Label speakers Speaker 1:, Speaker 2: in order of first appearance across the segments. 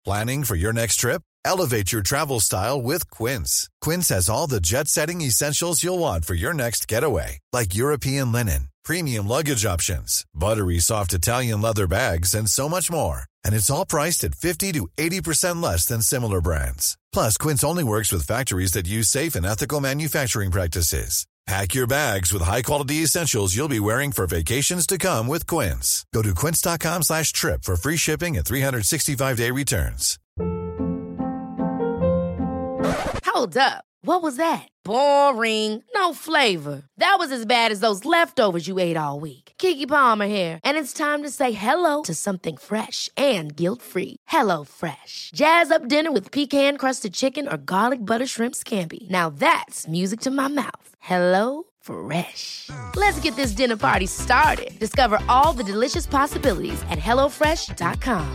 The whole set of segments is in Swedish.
Speaker 1: Planning for your next trip? Elevate your travel style with Quince. Quince has all the jet-setting essentials you'll want for your next getaway, like European linen, premium luggage options, buttery soft Italian leather bags, and so much more. And it's all priced at 50 to 80% less than similar brands. Plus, Quince only works with factories that use safe and ethical manufacturing practices. Pack your bags with high-quality essentials you'll be wearing for vacations to come with Quince. Go to quince.com/trip for free shipping and 365-day returns.
Speaker 2: Hold up. What was that? Boring. No flavor. That was as bad as those leftovers you ate all week. Keke Palmer here, and it's time to say hello to something fresh and guilt-free. Hello Fresh. Jazz up dinner with pecan-crusted chicken or garlic butter shrimp scampi. Now that's music to my mouth. Hello Fresh. Let's get this dinner party started. Discover all the delicious possibilities at hellofresh.com.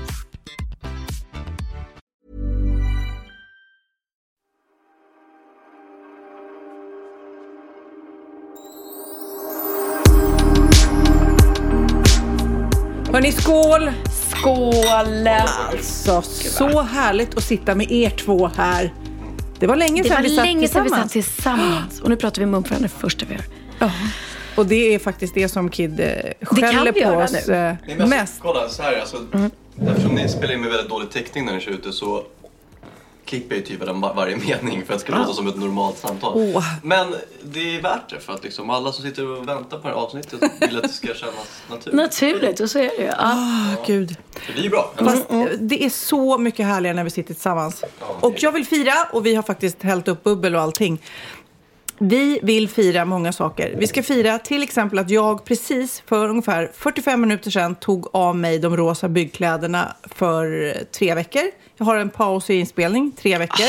Speaker 3: Hörrni, skål!
Speaker 4: Skål!
Speaker 3: Alltså, så härligt att sitta med er två här. Det var länge sedan vi satt tillsammans.
Speaker 4: Och nu pratar vi mun på varandra första vi gör.
Speaker 3: Ja. Och det är faktiskt det som Kid skäller på oss mest.
Speaker 5: Kolla, så här, alltså, eftersom ni spelar in med väldigt dålig täckning när ni kör ute så klipper jag typ varje mening för att det ska låta som ett normalt samtal. Men det är värt det för att liksom alla som sitter och väntar på det här avsnittet vill att det ska kännas naturligt.
Speaker 4: Naturligt, och så är det ju.
Speaker 3: Gud.
Speaker 5: Det är bra.
Speaker 3: Fast det är så mycket härligare när vi sitter tillsammans. Och jag vill fira, och vi har faktiskt hällt upp bubbel och allting. Vi vill fira många saker. Vi ska fira till exempel att jag precis för ungefär 45 minuter sedan tog av mig de rosa byggkläderna för 3 veckor. Jag har en paus i inspelning, 3 veckor.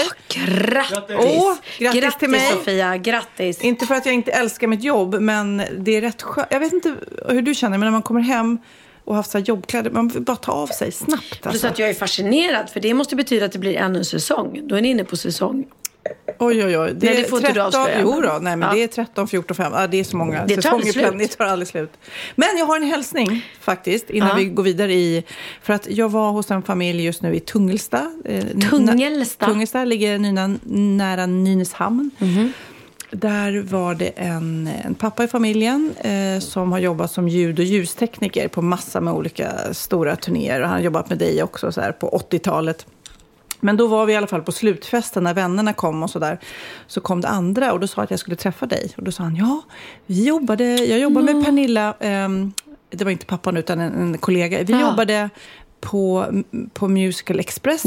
Speaker 3: Grattis till mig,
Speaker 4: Sofia, grattis.
Speaker 3: Inte för att jag inte älskar mitt jobb, men det är rätt skönt. Jag vet inte hur du känner, men när man kommer hem och har haft så här jobbkläder, man vill bara ta av sig snabbt. Alltså.
Speaker 4: Plus att jag är fascinerad, för det måste betyda att det blir ännu en säsong. Då är ni inne på säsong.
Speaker 3: Oj.
Speaker 4: Det är 13,
Speaker 3: jo då, nej, men det är 13, 14, 15. Ja, det är så många säsonger. Det tar aldrig slut. Men jag har en hälsning faktiskt innan vi går vidare i, för att jag var hos en familj just nu i Tungelsta. Tungelsta ligger nära Nynäshamn. Där var det en pappa i familjen som har jobbat som ljud- och ljustekniker på massa med olika stora turnéer, och han har jobbat med dig också så här på 80-talet. Men då var vi i alla fall på slutfesten när vännerna kom och sådär. Så kom det andra och då sa att jag skulle träffa dig. Och då sa han, jag jobbade med Pernilla. Det var inte pappan utan en kollega. Vi jobbade på Musical Express.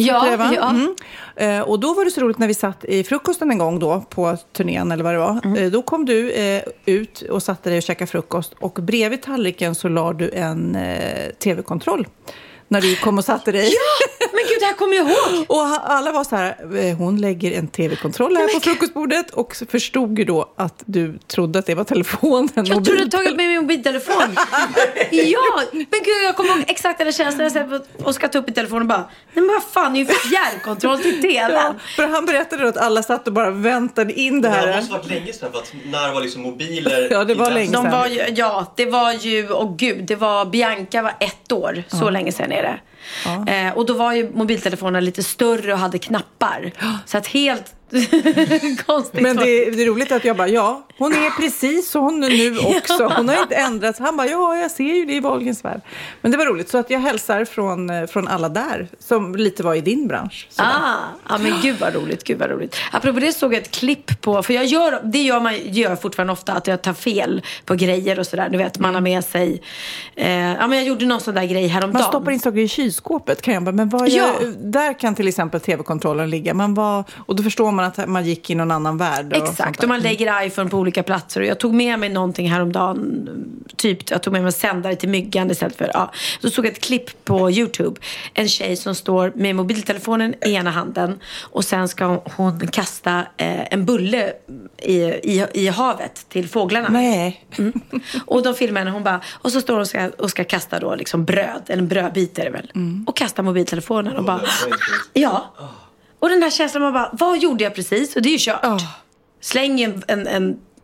Speaker 3: Och då var det så roligt när vi satt i frukosten en gång då på turnén eller vad det var. Då kom du ut och satte dig och käkade frukost. Och bredvid tallriken så la du en tv-kontroll. När du kom och satte dig.
Speaker 4: Ja, men gud, det här kommer jag ihåg.
Speaker 3: Och alla var så här, hon lägger en tv-kontroll här på frukostbordet. Och förstod ju då att du trodde att det var telefonen.
Speaker 4: Jag trodde du tagit med min mobiltelefon. Ja, men gud, jag kommer ihåg exakt den känslan. Och ska ta upp i telefonen och bara, nej men vad fan, det är ju fjärrkontroll till tvn.
Speaker 3: Ja, för han berättade då att alla satt och bara väntade in det här.
Speaker 5: Det måste varit länge sedan, för att när var liksom mobiler.
Speaker 3: Ja, det var länge sedan.
Speaker 4: Det var ju, det var Bianca var 1 år. Så länge sedan är det. Ja. Och då var ju mobiltelefonerna lite större och hade knappar. Så att helt konstigt.
Speaker 3: Men det är roligt att jag bara, hon är precis så hon är nu också. Hon har inte ändrats. Han bara, jag ser ju det i Wahlgrens värld. Men det var roligt, så att jag hälsar från alla där som lite var i din bransch.
Speaker 4: Ja, men gud vad roligt. Apropå det såg jag ett klipp på, för man gör fortfarande ofta att jag tar fel på grejer och sådär. Du vet, man har med sig men jag gjorde någon sån där grej häromdagen.
Speaker 3: Man stoppar in saker i kylskåpet, kan jag bara, men där kan till exempel tv-kontrollen ligga. Och då förstår man att man gick i någon annan värld.
Speaker 4: Exakt, och man lägger iPhone på olika platser. Och jag tog med mig någonting häromdagen. Jag tog med mig en sändare till myggan istället för. Så såg jag ett klipp på YouTube. En tjej som står med mobiltelefonen i ena handen. Och sen ska hon kasta en bulle i havet till fåglarna.
Speaker 3: Nej.
Speaker 4: Och de filmar henne, hon bara. Och så står hon och ska kasta då liksom bröd. Eller en brödbit är det väl. Och kasta mobiltelefonen och bara. Ja. Och den här känslan, man bara, vad gjorde jag precis? Och det är ju kört. Släng en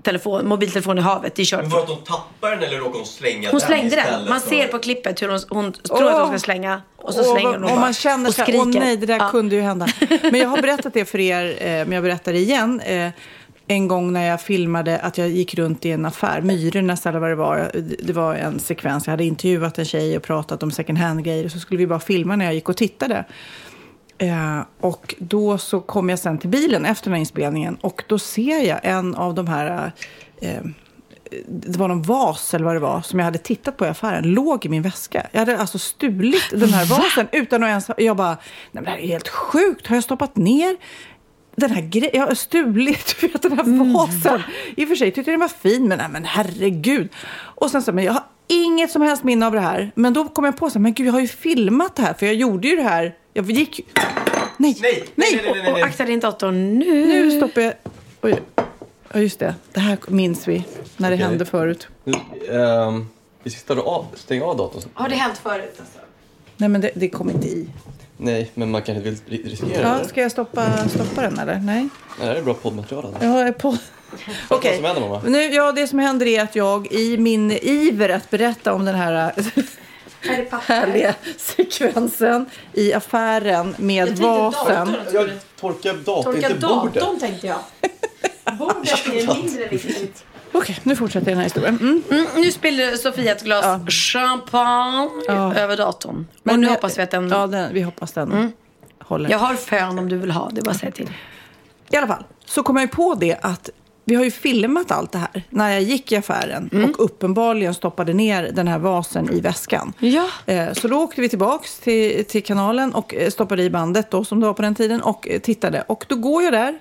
Speaker 4: mobiltelefon i havet. Det är kört.
Speaker 5: Men var det att de tappar den eller råkar hon slänga
Speaker 4: hon
Speaker 5: den
Speaker 4: slängde
Speaker 5: istället?
Speaker 4: den. Man ser på klippet hur hon tror att hon ska slänga. Och så slänger hon
Speaker 3: och man känner
Speaker 4: och skriker.
Speaker 3: nej, det där kunde ju hända. Men jag har berättat det för er, men jag berättar det igen. En gång när jag filmade att jag gick runt i en affär, Myrornas eller vad det var. Det var en sekvens, jag hade intervjuat en tjej och pratat om second hand-grejer. Så skulle vi bara filma när jag gick och tittade. Och då så kom jag sen till bilen efter den här inspelningen. Och då ser jag en av de här... det var någon vas eller vad det var som jag hade tittat på i affären. Låg i min väska. Jag hade alltså stulit den här vasen utan att ens... Jag bara, nej men det här är helt sjukt. Har jag stoppat ner... Den här jag har stulit den här vasen. I och för sig tyckte jag den var fin, men herregud. Och sen så, men jag har inget som helst minne av det här. Men då kom jag på så, men gud, jag har ju filmat det här. För jag gjorde ju det här. Jag gick... Nej.
Speaker 4: Och akta din dator nu.
Speaker 3: Nu stoppar jag... Oj. Ja, just det. Det här minns vi när det hände förut.
Speaker 5: Vi ska stänga av datorn.
Speaker 4: Har det hänt förut alltså?
Speaker 3: Nej, men det kom inte i.
Speaker 5: Nej, men man kan inte riskera det.
Speaker 3: Ja, ska jag stoppa den eller? Nej.
Speaker 5: Det här är bra poddmaterial.
Speaker 3: Ja, Okej. Det som händer är att jag i min iver att berätta om den här härliga sekvensen i affären med vasen.
Speaker 5: Jag torkar datorn, inte bordet.
Speaker 4: Datorn tänkte jag. Bordet är mindre viktigt.
Speaker 3: Okej, nu fortsätter den här historien.
Speaker 4: Nu spiller Sofia ett glas champagne över datorn. Men och nu hoppas vi att den...
Speaker 3: Ja, vi hoppas den håller.
Speaker 4: Jag har fön om du vill ha, det bara säg till.
Speaker 3: I alla fall, så kom jag ju på det att vi har ju filmat allt det här när jag gick i affären och uppenbarligen stoppade ner den här vasen i väskan. Ja. Så då åkte vi tillbaks till kanalen och stoppade i bandet då som det var på den tiden och tittade. Och då går jag där,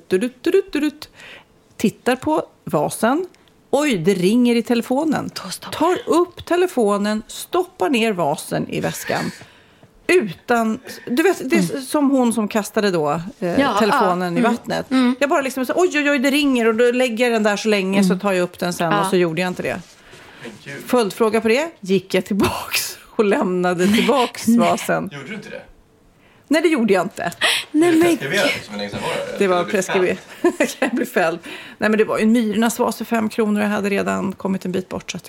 Speaker 3: tittar på vasen. Oj, det ringer i telefonen. Tar upp telefonen, stoppar ner vasen i väskan. Utan, du vet, det är som hon som kastade då telefonen i vattnet. Jag bara liksom så, oj, det ringer och då lägger jag den där så länge så tar jag upp den sen och så gjorde jag inte det. Följdfråga på det, gick jag tillbaks och lämnade tillbaks vasen.
Speaker 5: Gjorde du inte det?
Speaker 3: Nej, det gjorde jag inte.
Speaker 4: Nej, men
Speaker 3: det var preskriberat. Jag blev fälld. Nej, men det var ju en Myrornas vas för 5 kronor. Jag hade redan kommit en bit bort. Så att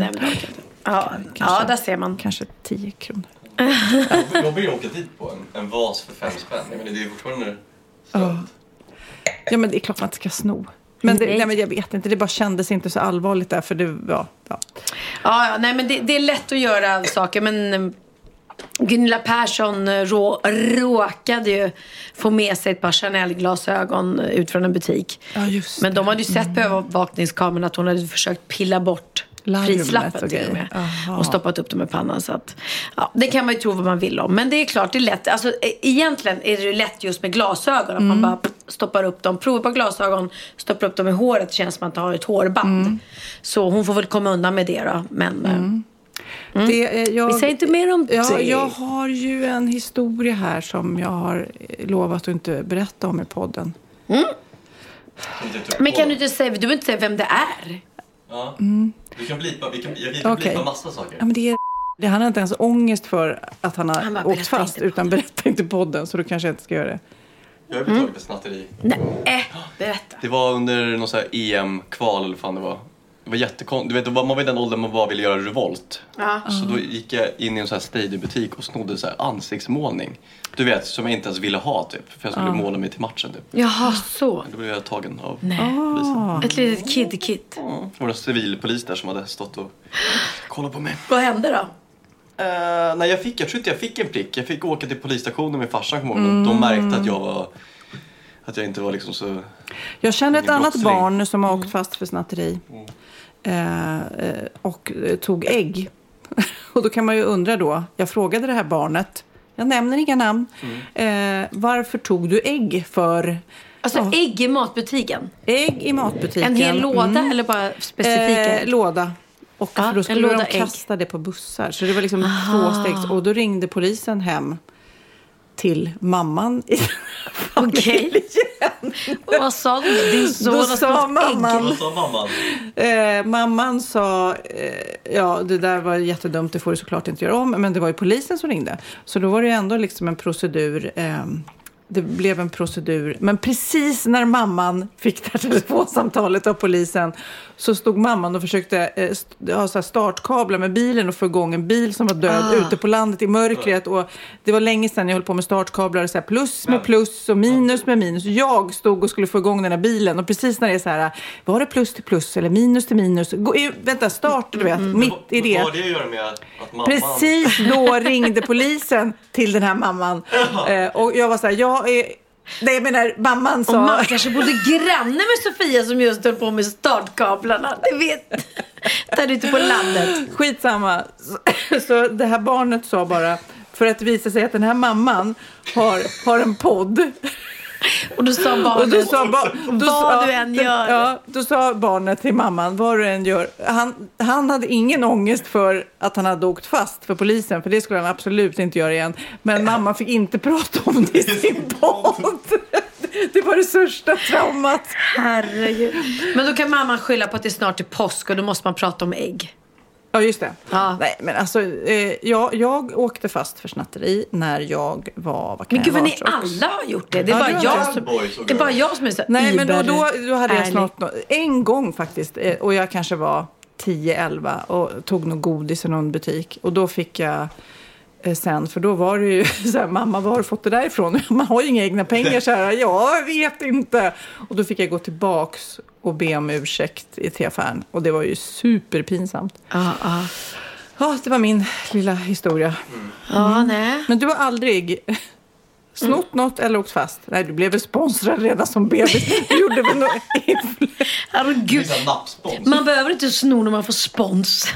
Speaker 4: där ser man.
Speaker 3: Kanske 10 kronor.
Speaker 5: Jag vill åka dit på en vas för 5 spänn. Men det är fortfarande...
Speaker 3: Ja, men det är klart man inte ska sno. Men, nej, men jag vet inte, det bara kändes inte så allvarligt där. För det var...
Speaker 4: Nej, men det är lätt att göra saker, men... Gunilla Persson råkade ju få med sig ett par Chanel-glasögon ut från en butik. Ja, just det. Men de hade ju sett på övervakningskameran att hon hade försökt pilla bort prislappen till och med. Och stoppat upp dem i pannan. Så att, det kan man ju tro vad man vill om. Men det är klart, det är lätt. Alltså, egentligen är det lätt just med glasögon. Att man bara stoppar upp dem. Provar på glasögon, stoppar upp dem i håret. Det känns som att man har ett hårband. Så hon får väl komma undan med det då. Men... vi säger inte mer om det.
Speaker 3: Jag har ju en historia här som jag har lovat att inte berätta om i podden.
Speaker 4: Men kan du inte säga vem det är?
Speaker 5: Ja. Du kan blipa, vi kan blipa massa saker.
Speaker 3: Ja, men han har inte ens ångest för att han har åkt fast utan berätta inte podden, så då kanske jag inte ska göra det.
Speaker 5: Jag har blivit tagen för snatteri.
Speaker 4: Nej, berätta.
Speaker 5: Det var under någon så här EM-kval eller fan det var. Det var jättekonstigt. Du vet, man var i den åldern man bara ville göra revolt. Så då gick jag in i en sån här stadionbutik och snodde så här ansiktsmålning. Du vet, som jag inte ens ville ha typ. För jag skulle måla mig till matchen typ.
Speaker 4: Jaha, så.
Speaker 5: Då blev jag tagen av polisen.
Speaker 4: Ett litet kid-kit.
Speaker 5: Det var en civilpolis där som hade stått och kollat på mig.
Speaker 4: Vad hände då?
Speaker 5: Nej, jag tror inte jag fick en prick. Jag fick åka till polisstationen med farsan kom ihåg. De märkte att jag inte var liksom så...
Speaker 3: Jag känner ett annat barn som har åkt fast för snatteri. Och tog ägg. Och då kan man ju undra då. Jag frågade det här barnet. Jag nämner inga namn. Varför tog du ägg för...
Speaker 4: Alltså ägg i matbutiken?
Speaker 3: Ägg i matbutiken.
Speaker 4: En hel låda eller bara specifika?
Speaker 3: Låda. Och då skulle de kasta det på bussar. Så det var liksom 2 steg. Och då ringde polisen hem till mamman i familjen.
Speaker 4: Vad sa du? Din son
Speaker 3: då sa mamman.
Speaker 5: Vad sa mamman?
Speaker 3: Mamman sa, det där var jättedumt, det får du såklart inte göra om. Men det var ju polisen som ringde. Så då var det ju ändå liksom en procedur det blev en procedur. Men precis när mamman fick det här telefonsamtalet av polisen så stod mamman och försökte ha så här startkablar med bilen och få igång en bil som var död ute på landet i mörkret. Och det var länge sedan jag höll på med startkablar, så här plus med plus och minus med minus. Jag stod och skulle få igång den här bilen och precis när det är så här, var det plus till plus eller minus till minus? Vänta, start, du vet, mitt i det.
Speaker 5: Vad har det att göra med att mamman...
Speaker 3: Precis då ringde polisen till den här mamman. Och jag var så här, jag menar, mamman sa...
Speaker 4: Och man kanske bodde granne med Sofia som just höll på med startkablarna. Det vet. Där ute på landet.
Speaker 3: Skitsamma. Så det här barnet sa bara, för att visa sig att den här mamman har en podd.
Speaker 4: Och då sa barnet, vad du än gör.
Speaker 3: Ja, då sa barnet till mamman, vad du än gör. Han hade ingen ångest för att han hade åkt fast för polisen, för det skulle han absolut inte göra igen. Men mamma fick inte prata om det i sin podd. Det var det största traumat.
Speaker 4: Herregud. Men då kan mamman skylla på att det är snart är påsk och då måste man prata om ägg.
Speaker 3: Ja, just det.
Speaker 4: Ja.
Speaker 3: Nej, men alltså, jag åkte fast för snatteri när jag var...
Speaker 4: Men gud, vad ni alla har gjort det. Det är bara jag som är så...
Speaker 3: Nej, men då hade jag snart... En gång faktiskt, och jag kanske var 10-11 och tog något godis i någon butik. Och då fick jag... Sen, för då var det ju så här, mamma, var har du fått det därifrån? Man har ju inga egna pengar så här, jag vet inte. Och då fick jag gå tillbaks och be om ursäkt i teaffären. Och det var ju superpinsamt. Ja, det var min lilla historia.
Speaker 4: Nej.
Speaker 3: Men du har aldrig snott något eller åkt fast? Nej, du blev väl sponsrad redan som bebis. Du gjorde väl
Speaker 4: Herregud. Man behöver inte sno när man får spons.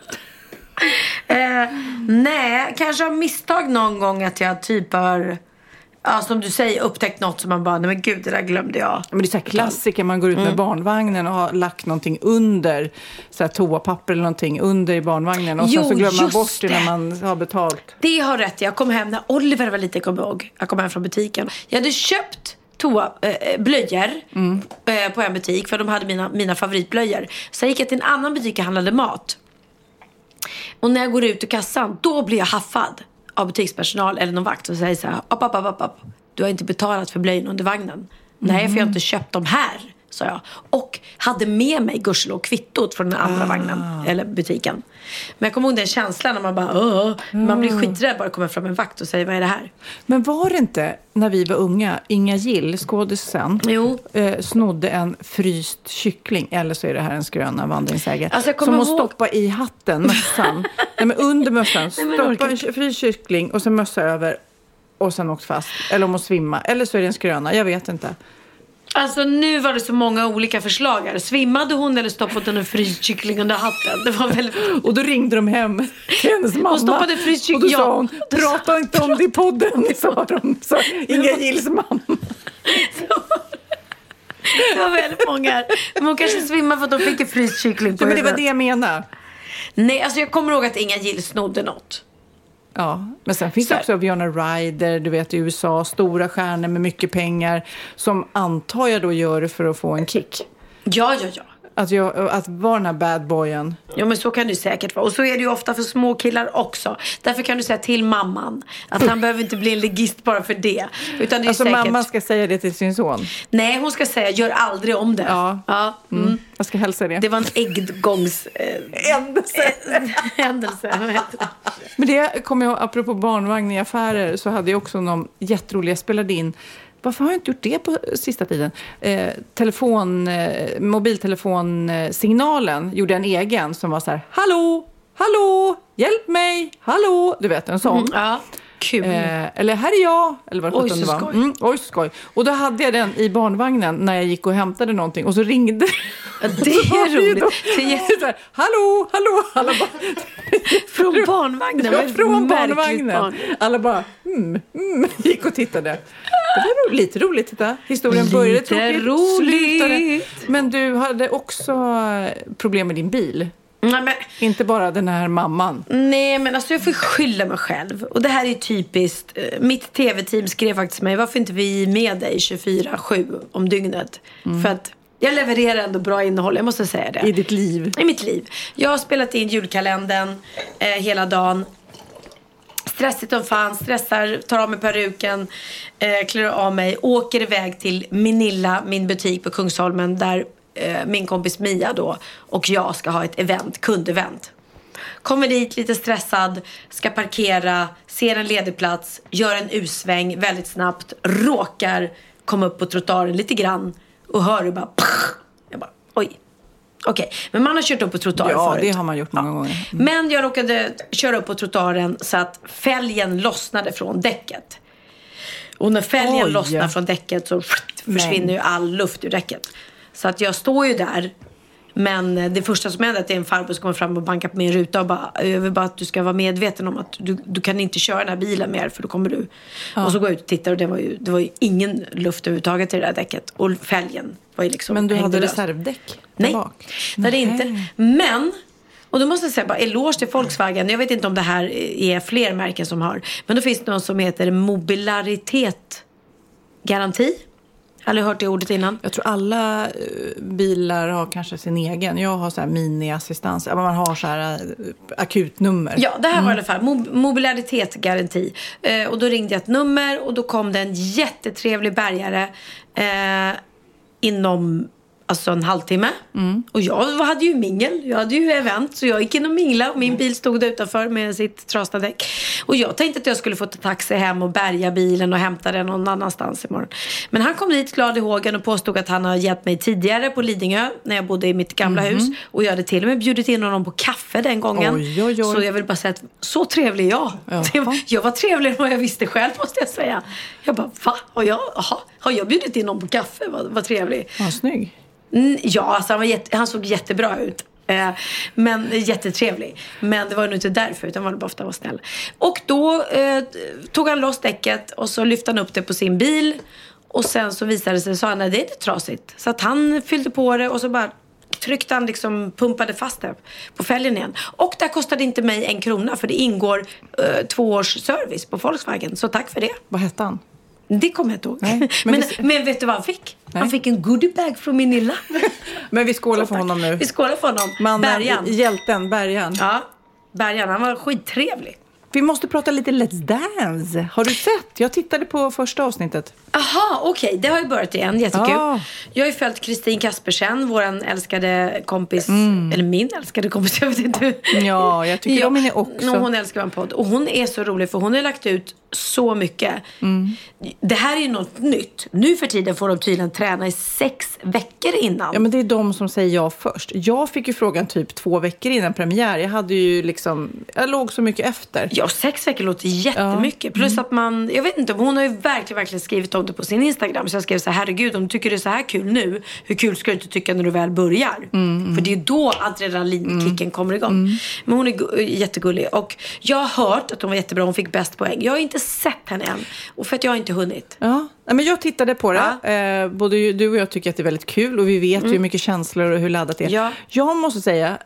Speaker 4: Nej, kanske av misstag någon gång att jag typ har, som du säger, upptäckt något som man bara, nej men gud, det där glömde jag.
Speaker 3: Men det är så här klassiker, man går ut med barnvagnen och har lagt någonting under, så här toapapper eller någonting under i barnvagnen och sen så glömmer man bort det när man har betalt.
Speaker 4: Det har rätt, jag kom hem när Oliver var lite, jag kom hem från butiken. Jag hade köpt blöjor på en butik, för de hade mina favoritblöjor. Sen gick jag till en annan butik och handlade mat. Och när jag går ut ur kassan, då blir jag haffad av butikspersonal eller någon vakt och säger så här, upp. Du har inte betalat för blöjorna under vagnen. Nej, för jag har inte köpt dem här, sa jag. Och hade med mig gudskelov kvittot från den andra vagnen, eller butiken. Men jag kommer ihåg den känslan när man bara, man blir skiträdd bara kommer fram en vakt och säger, vad är det här?
Speaker 3: Men var det inte, när vi var unga, Inga Gill, skådisen, snodde en fryst kyckling, eller så är det här en skröna vandringsägare, alltså som hon stoppade i hatten, mössan. Nej, men under mössan, stoppa en fryst kyckling och sen mössa över och sen åkt fast. Eller om hon svimma, eller så är det en skröna, jag vet inte.
Speaker 4: Alltså nu var det så många olika förslag här. Svimmade hon eller stoppade hon en fryst kyckling under hatten? Det var väldigt...
Speaker 3: Och då ringde de hem till hennes mamma.
Speaker 4: Hon stoppade fryst kyckling.
Speaker 3: Och då sa hon, prata inte om det i podden, sa de. Så Inga Gills mamma.
Speaker 4: Det var väldigt många. Men hon kanske svimmade för att de fick en fryst kyckling på
Speaker 3: men det var det jag menar.
Speaker 4: Nej, alltså jag kommer ihåg att Inga Gill snodde något.
Speaker 3: Ja, men sen finns det också Winona Ryder, du vet, i USA, stora stjärnor med mycket pengar som antar jag då gör det för att få en kick.
Speaker 4: Ja.
Speaker 3: Att vara den här bad boyen.
Speaker 4: Ja, men så kan det säkert vara. Och så är det ju ofta för små killar också. Därför kan du säga till mamman att han behöver inte bli en legist bara för det. Utan det är
Speaker 3: alltså
Speaker 4: säkert...
Speaker 3: mamma ska säga det till sin son?
Speaker 4: Nej, hon ska säga, gör aldrig om det.
Speaker 3: Ja. Jag ska hälsa det.
Speaker 4: Det var en äggångs... händelse.
Speaker 3: Men det kommer jag, apropå barnvagn i affärer, så hade jag också någon jätterolig, jag spelade in. Varför har jag inte gjort det på sista tiden? Mobiltelefonsignalen gjorde en egen som var så här, hallå, hjälp mig, hallå. Du vet, en sån.
Speaker 4: Ja, kul.
Speaker 3: Eller här är jag, eller vad det var. Oj, så skoj. Och då hade jag den i barnvagnen när jag gick och hämtade någonting. Och så ringde
Speaker 4: det är roligt.
Speaker 3: Så här, hallå. Alla bara,
Speaker 4: från barnvagnen?
Speaker 3: Ja, från barnvagnen. Alla bara, gick och tittade. Det var lite roligt, titta. Historien började tråkigt, slutade. Men du hade också problem med din bil.
Speaker 4: Nej, men...
Speaker 3: Inte bara den här mamman.
Speaker 4: Nej, men alltså jag får skylla mig själv. Och det här är typiskt. Mitt tv-team skrev faktiskt mig, varför inte vi med dig 24/7 om dygnet? För att jag levererar ändå bra innehåll, jag måste säga det.
Speaker 3: I ditt liv?
Speaker 4: I mitt liv. Jag har spelat in julkalendern hela dagen. Stressigt som fan, stressar, tar av mig peruken, klär av mig, åker iväg till Minilla, min butik på Kungsholmen, där min kompis Mia då och jag ska ha ett event, kundevent. Kommer dit lite stressad, ska parkera, ser en ledig plats, gör en U-sväng väldigt snabbt, råkar komma upp på trottoaren lite grann och hör bara, jag bara, oj. Okej, men man har kört upp på trottoaren förut.
Speaker 3: Ja, det har man gjort många gånger.
Speaker 4: Men jag råkade köra upp på trottoaren så att fälgen lossnade från däcket. Och när fälgen lossnar från däcket så försvinner ju all luft ur däcket. Så att jag står ju där. Men det första som händer är att det är en farbror som kommer fram och bankar på min ruta och bara, jag vill bara att du ska vara medveten om att du kan inte köra den här bilen mer, för då kommer du. Och så går jag ut och tittar och det var ju ingen luft överhuvudtaget i det där däcket. Och fälgen var ju liksom.
Speaker 3: Men du hade reservdäck?
Speaker 4: Nej, det är inte. Men, och då måste jag säga bara eloge till Volkswagen. Jag vet inte om det här är fler märken som har. Men då finns det någon som heter mobilaritet-garanti. Har du hört det ordet innan?
Speaker 3: Jag tror alla bilar har kanske sin egen. Jag har så här mini-assistans. Man har så här akutnummer.
Speaker 4: Ja, det här var i alla fall mobilaritet-garanti. Och då ringde jag ett nummer och då kom det en jättetrevlig bärgare inom alltså en halvtimme. Och jag hade ju mingel. Jag hade ju event. Så jag gick in och mingla. Och min bil stod där utanför med sitt trasna däck. Och jag tänkte att jag skulle få ta taxi hem och bärga bilen och hämta den någon annanstans imorgon. Men han kom dit glad i hågen och påstod att han har hjälpt mig tidigare på Lidingö när jag bodde i mitt gamla hus. Och jag hade till och med bjudit in honom på kaffe den gången. Oj. Så jag vill bara säga att så trevlig jag. Jag var trevligare än vad jag visste själv, måste jag säga. Jag bara, va? Har jag bjudit in honom på kaffe? Vad trevlig.
Speaker 3: Var han snygg?
Speaker 4: Ja, alltså han såg jättebra ut. Men jättetrevlig. Men det var nog inte därför, utan var det bara för att han var snäll. Och då tog han loss däcket och så lyfte han upp det på sin bil. Och sen så visade det sig, sa han, nej, det är inte trasigt. Så att han fyllde på det och så bara tryckte han liksom, pumpade fast det på fälgen igen. Och där kostade inte mig 1 krona, för det ingår 2 års service på Volkswagen. Så tack för det.
Speaker 3: Vad hette han?
Speaker 4: Det kommer jag inte ihåg. Men vet du vad han fick? Nej. Han fick en goodiebag från Minilla.
Speaker 3: Men vi skålar för honom nu.
Speaker 4: Vi skålar för honom. Bergan.
Speaker 3: Hjälten, Bergan.
Speaker 4: Ja, Bergan. Han var skittrevlig.
Speaker 3: Vi måste prata lite Let's Dance. Har du sett? Jag tittade på första avsnittet.
Speaker 4: Aha, okej. Det har ju börjat igen. Jättekul. Jag har ju följt Kristin Kaspersen, våran älskade kompis. Eller min älskade kompis, jag vet inte.
Speaker 3: Ja, jag tycker om henne också.
Speaker 4: Hon älskar en podd. Och hon är så rolig, för hon har lagt ut så mycket. Det här är ju något nytt. Nu för tiden får de tydligen träna i 6 veckor innan.
Speaker 3: Ja, men det är de som säger ja först. Jag fick ju frågan typ 2 veckor innan premiär. Jag hade ju liksom, jag låg så mycket efter.
Speaker 4: Ja, 6 veckor låter jättemycket. Plus att man, jag vet inte, hon har ju verkligen skrivit om det på sin Instagram. Så jag skrev så här, herregud, om du tycker det är så här kul nu, hur kul ska du inte tycka när du väl börjar? För det är då adrenalinkicken kommer igång. Men hon är jättegullig. Och jag har hört att hon var jättebra, hon fick bäst poäng. Jag har inte sett henne än. Och för att jag inte hunnit.
Speaker 3: Ja, men jag tittade på det. Både du och jag tycker att det är väldigt kul. Och vi vet ju hur mycket känslor och hur laddat det är. Ja. Jag måste säga,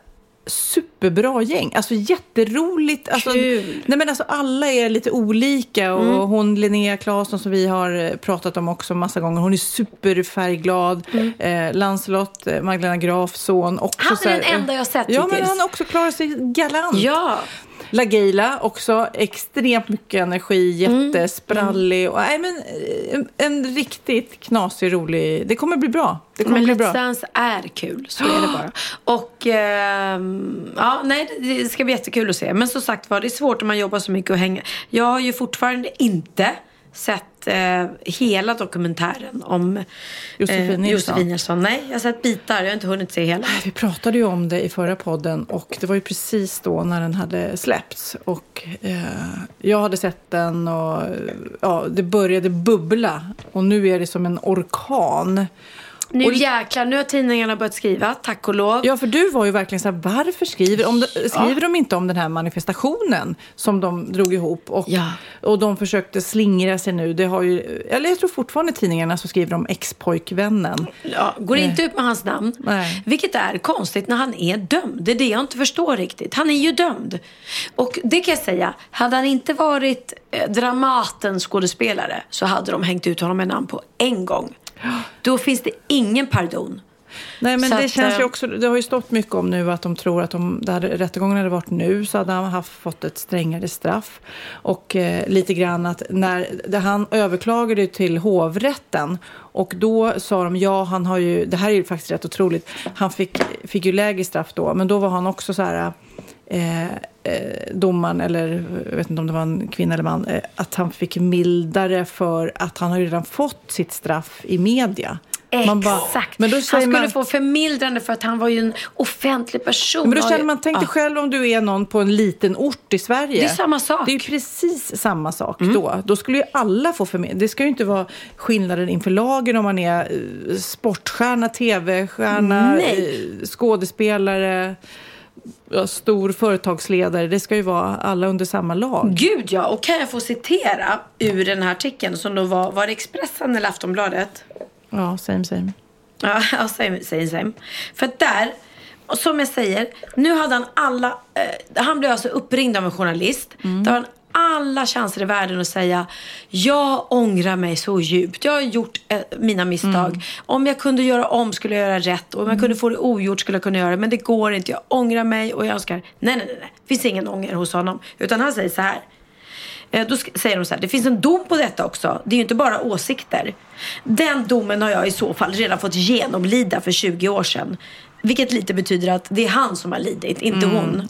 Speaker 3: superbra gäng. Alltså jätteroligt. Alltså, nej men alltså alla är lite olika. Och hon Linnea Claesson som vi har pratat om också massa gånger. Hon är superfärgglad. Lancelot, Magdalena Grafs son. Också,
Speaker 4: han är den enda jag sett.
Speaker 3: Ja, men han också klarar sig galant.
Speaker 4: Ja.
Speaker 3: LaGaylia också, extremt mycket energi, jättesprallig. Och, nej, men en riktigt knasig, rolig. Det kommer bli bra. Det kommer bli bra.
Speaker 4: Let's Dance är kul, så är det bara. Och det ska bli jättekul att se. Men som sagt var, det är svårt om man jobbar så mycket och hänga. Jag har ju fortfarande inte sett hela dokumentären om Josefin Nilsson. Nej, jag har sett bitar, jag har inte hunnit se hela.
Speaker 3: Vi pratade ju om det i förra podden och det var ju precis då när den hade släppts och jag hade sett den och det började bubbla och nu är det som en orkan.
Speaker 4: Nu jäklar, nu har tidningarna börjat skriva, tack och lov.
Speaker 3: Ja, för du var ju verkligen så här, varför skriver de inte om den här manifestationen som de drog ihop och de försökte slingra sig nu. Det har ju, eller jag tror fortfarande tidningarna så skriver de ex-pojkvännen.
Speaker 4: Ja, går inte ut med hans namn. Nej. Vilket är konstigt när han är dömd. Det är det jag inte förstår riktigt. Han är ju dömd. Och det kan jag säga, hade han inte varit Dramatens skådespelare så hade de hängt ut honom med namn på en gång. Då finns det ingen pardon.
Speaker 3: Nej, men
Speaker 4: så
Speaker 3: det
Speaker 4: att,
Speaker 3: känns ju också, det har ju stått mycket om nu att de tror att rättegången hade varit nu så hade han fått ett strängare straff. Och lite grann att han överklagade till hovrätten och då sa de, han har ju, det här är ju faktiskt rätt otroligt, han fick ju lägre straff då, men då var han också så här... domaren, eller jag vet inte om det var en kvinna eller man, att han fick mildare för att han har redan fått sitt straff i media.
Speaker 4: Exakt. Men då han skulle få förmildrande för att han var ju en offentlig person.
Speaker 3: Men då känner man, tänk dig själv om du är någon på en liten ort i Sverige.
Speaker 4: Det är samma sak.
Speaker 3: Det är ju precis samma sak då. Då skulle ju alla få förmildrande. Det ska ju inte vara skillnaden inför lagen om man är sportstjärna, tv-stjärna, skådespelare, stor företagsledare. Det ska ju vara alla under samma lag.
Speaker 4: Gud ja, och kan jag få citera ur den här artikeln som då var det Expressen eller Aftonbladet?
Speaker 3: Ja, same.
Speaker 4: Ja, same. För att där, som jag säger, nu hade han han blev alltså uppringd av en journalist. Där han alla chanser i världen att säga, jag ångrar mig så djupt. Jag har gjort mina misstag. Om jag kunde göra om skulle jag göra rätt. Och om jag kunde få det ogjort skulle jag kunna göra det. Men det går inte, jag ångrar mig och jag önskar. Nej. Det finns ingen ånger hos honom. Utan han säger så här. Då säger de så här, det finns en dom på detta också. Det är ju inte bara åsikter. Den domen har jag i så fall redan fått genomlida för 20 år sedan. Vilket lite betyder att det är han som har lidit, inte hon.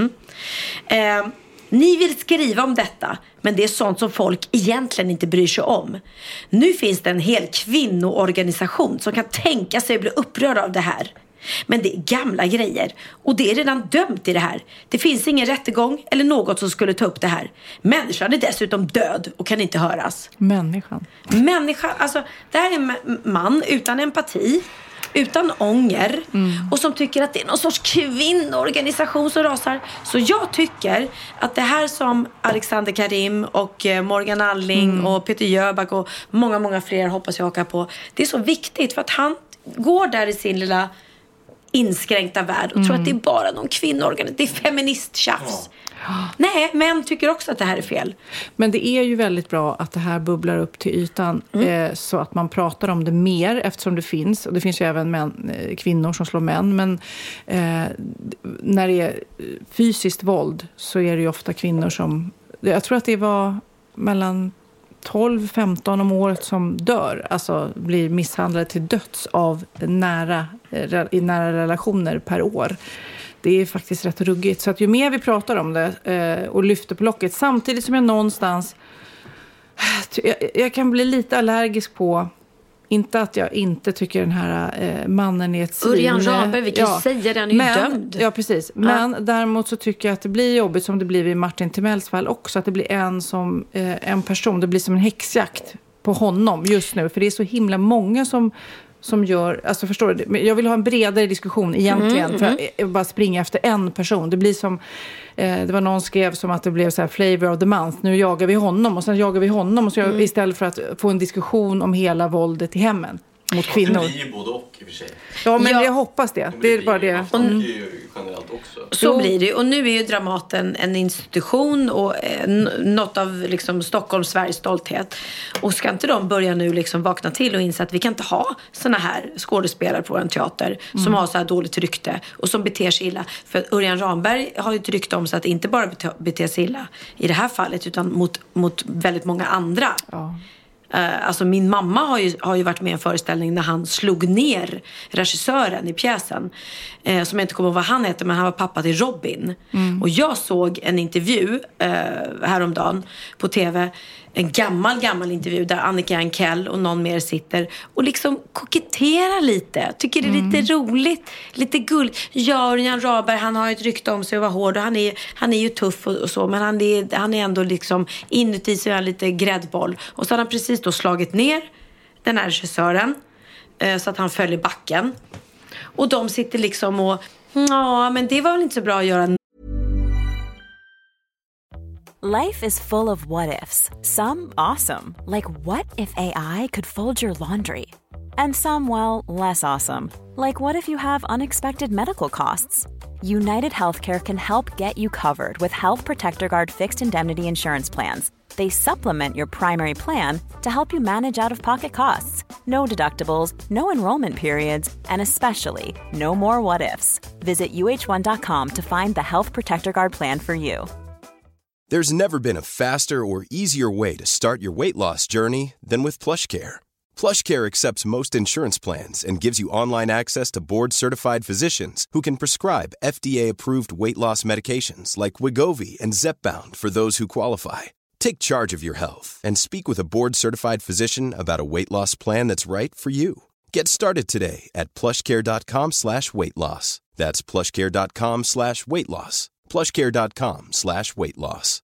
Speaker 4: Ni vill skriva om detta, men det är sånt som folk egentligen inte bryr sig om. Nu finns det en hel kvinnoorganisation som kan tänka sig att bli upprörd av det här. Men det är gamla grejer och det är redan dömt i det här. Det finns ingen rättegång eller något som skulle ta upp det här. Människan är dessutom död och kan inte höras.
Speaker 3: Människan,
Speaker 4: alltså det här är en man utan empati, utan ånger och som tycker att det är någon sorts kvinnoorganisation som rasar. Så jag tycker att det här som Alexander Karim och Morgan Alling och Peter Jöback och många fler hoppas jag hakar på. Det är så viktigt för att han går där i sin lilla inskränkta värld och tror att det är bara någon kvinnoorganisation. Det är feministtjafs. Nej, män tycker också att det här är fel.
Speaker 3: Men det är ju väldigt bra att det här bubblar upp till ytan så att man pratar om det mer eftersom det finns. Och det finns ju även kvinnor som slår män. Men när det är fysiskt våld så är det ju ofta kvinnor som... Jag tror att det var mellan 12-15 om året som dör. Alltså blir misshandlade till döds av i nära relationer per år. Det är faktiskt rätt ruggigt. Så att ju mer vi pratar om det och lyfter på locket. Samtidigt som jag någonstans... Jag kan bli lite allergisk på... Inte att jag inte tycker den här mannen är ett svin.
Speaker 4: Örjan Ramberg, vi kan säga den är ju dömd.
Speaker 3: Ja, precis. Men däremot så tycker jag att det blir jobbigt som det blir i Martin Timells fall också. Att det blir en person. Det blir som en häxjakt på honom just nu. För det är så himla många som gör, alltså förstår du, jag vill ha en bredare diskussion egentligen för att bara springa efter en person. Det blir som, det var någon skrev som att det blev så här flavor of the month, nu jagar vi honom och sen jagar vi honom och så istället för att få en diskussion om hela våldet i hemmen mot kvinnor.
Speaker 5: Det blir ju både och i och för sig.
Speaker 3: Ja, men jag hoppas det. Det är bara det.
Speaker 5: Och ju generellt också.
Speaker 4: Så blir det. Och nu är ju Dramaten en institution och något av liksom Stockholms Sveriges stolthet. Och ska inte de börja nu liksom vakna till och inse att vi kan inte ha såna här skådespelare på vår teater som har så här dåligt rykte och som beter sig illa. För Örjan Ramberg har ju ett rykte om sig att inte bara bete sig illa i det här fallet utan mot väldigt många andra. Ja. Alltså min mamma har ju varit med i en föreställning när han slog ner regissören i pjäsen som jag inte kommer ihåg vad han heter, men han var pappa till Robin. Och jag såg en intervju häromdagen på tv, en gammal intervju där Annika Ankell och någon mer sitter och liksom koketterar lite. Tycker det är lite roligt, lite gull. Ja, Örjan Ramberg, han har ett rykte om sig att vara hård och han är ju tuff och så, men han är ändå liksom inuti så är han lite gräddboll. Och så har han precis då slagit ner den här regissören så att han föll i backen. Och de sitter liksom och ja, men det var väl inte så bra att göra.
Speaker 6: Life is full of what-ifs. Some awesome, like what if AI could fold your laundry? And some, well, less awesome, like what if you have unexpected medical costs? United Healthcare can help get you covered with Health Protector Guard fixed indemnity insurance plans. They supplement your primary plan to help you manage out-of-pocket costs. no deductibles, no enrollment periods, and especially no more what-ifs. Visit UH1.com to find the Health Protector Guard plan for you.
Speaker 7: There's never been a faster or easier way to start your weight loss journey than with PlushCare. PlushCare accepts most insurance plans and gives you online access to board-certified physicians who can prescribe FDA-approved weight loss medications like Wegovy and Zepbound for those who qualify. Take charge of your health and speak with a board-certified physician about a weight loss plan that's right for you. Get started today at plushcare.com/weightloss. That's plushcare.com/weightloss. plushcare.com/weightloss.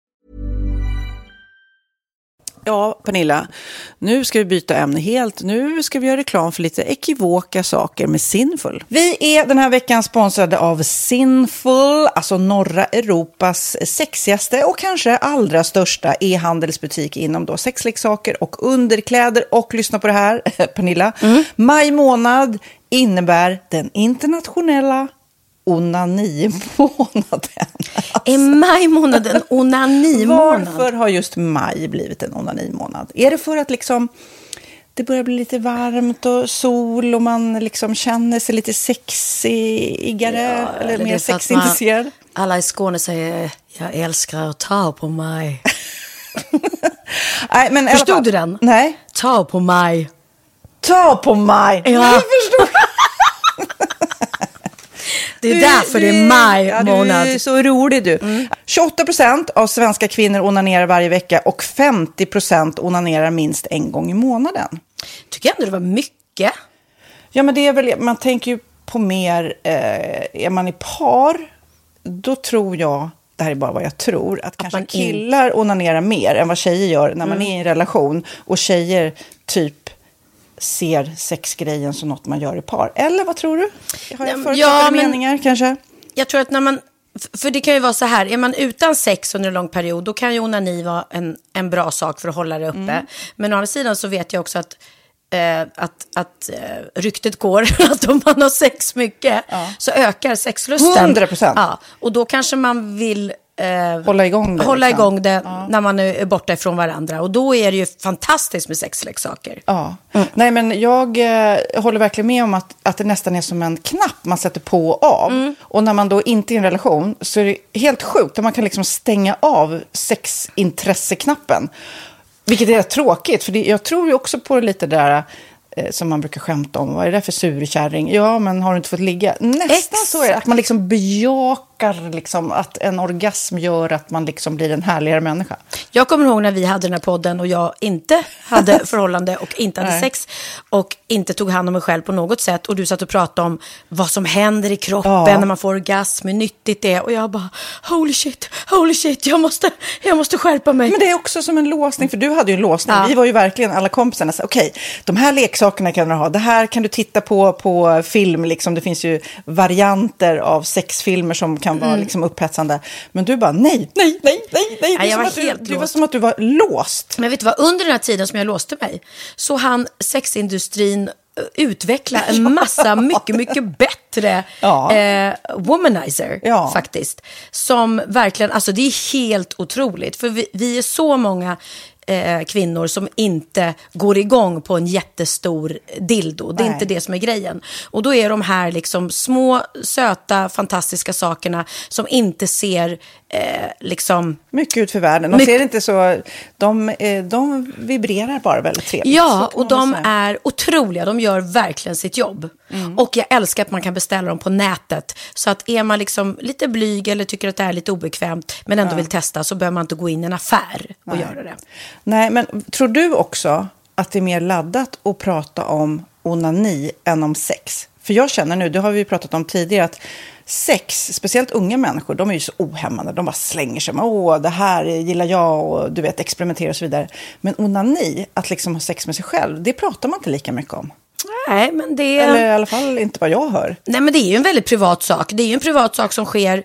Speaker 3: Ja, Pernilla, nu ska vi byta ämne helt. Nu ska vi göra reklam för lite ekivoka saker med Sinful. Vi är den här veckan sponsrade av Sinful, alltså norra Europas sexigaste och kanske allra största e-handelsbutik inom då sexleksaker och underkläder. Och lyssna på det här, Pernilla. Maj månad innebär den internationella onanimånaden.
Speaker 4: Är maj månaden onanimånad?
Speaker 3: Varför har just maj blivit en onanimånad? Är det för att liksom det börjar bli lite varmt och sol och man liksom känner sig lite sexigare eller mer sexintresserad?
Speaker 4: Alla i Skåne säger jag älskar att ta på mig.
Speaker 3: Nej, men
Speaker 4: förstod du den?
Speaker 3: Nej.
Speaker 4: Ta på mig.
Speaker 3: Ta på mig.
Speaker 4: Ja. Jag förstod. Det är därför det är maj månad.
Speaker 3: Du är så rolig du. 28% av svenska kvinnor onanerar varje vecka och 50% onanerar minst en gång i månaden.
Speaker 4: Tycker jag ändå det var mycket.
Speaker 3: Ja, men det är väl, man tänker ju på mer, är man i par, då tror jag, det här är bara vad jag tror, att kanske killar onanerar mer än vad tjejer gör när man är i en relation. Och tjejer typ ser sexgrejen som något man gör i par. Eller vad tror du? Har jag förutsatta meningar kanske?
Speaker 4: Jag tror att när man, för det kan ju vara så här, är man utan sex under en lång period, då kan ju onani vara en bra sak för att hålla det uppe. Men å andra sidan så vet jag också att ryktet går att om man har sex mycket så ökar sexlusten.
Speaker 3: 100%.
Speaker 4: Ja, och då kanske man vill
Speaker 3: hålla igång det
Speaker 4: när man är borta ifrån varandra. Och då är det ju fantastiskt med sexleksaker.
Speaker 3: Ja. Nej, men jag håller verkligen med om att det nästan är som en knapp man sätter på och av. Och när man då inte är i en relation så är det helt sjukt att man kan liksom stänga av sexintresseknappen. Vilket är tråkigt, för jag tror ju också på lite där som man brukar skämta om. Vad är det för surkärring? Ja, men har du inte fått ligga? Nästan så är det. Att man liksom bejakar liksom att en orgasm gör att man liksom blir en härligare människa.
Speaker 4: Jag kommer ihåg när vi hade den här podden och jag inte hade förhållande och inte hade sex och inte tog hand om mig själv på något sätt. Och du satt och pratade om vad som händer i kroppen när man får orgasm, hur nyttigt det är. Och jag bara, holy shit, jag måste skärpa mig.
Speaker 3: Men det är också som en låsning, för du hade ju en låsning. Vi var ju verkligen alla kompisarna. Okej, de här leksakerna kan du ha. Det här kan du titta på film. Liksom. Det finns ju varianter av sexfilmer som kan vara liksom upphetsande. Men du bara, nej. Det var som att du var låst.
Speaker 4: Men vet du vad, under den här tiden som jag låste mig så hann sexindustrin utveckla en massa mycket, mycket bättre womanizer faktiskt. Som verkligen, alltså det är helt otroligt. För vi är så många kvinnor som inte går igång på en jättestor dildo. Det är inte det som är grejen. Och då är de här liksom små, söta, fantastiska sakerna som inte ser liksom
Speaker 3: mycket ut för världen. De ser inte så, de vibrerar bara väldigt trevligt.
Speaker 4: Ja, och de är otroliga. De gör verkligen sitt jobb. Och jag älskar att man kan beställa dem på nätet. Så att är man liksom lite blyg eller tycker att det är lite obekvämt men ändå vill testa, så behöver man inte gå in i en affär och göra det.
Speaker 3: Nej, men tror du också att det är mer laddat att prata om onani än om sex? För jag känner nu, det har vi pratat om tidigare, att sex, speciellt unga människor, de är ju så ohämmade. De bara slänger sig med, det här gillar jag och du vet, experimentera och så vidare. Men onani, att liksom ha sex med sig själv, det pratar man inte lika mycket om.
Speaker 4: Nej, men det är...
Speaker 3: Eller i alla fall inte vad jag hör.
Speaker 4: Nej, men det är ju en väldigt privat sak. Det är ju en privat sak som sker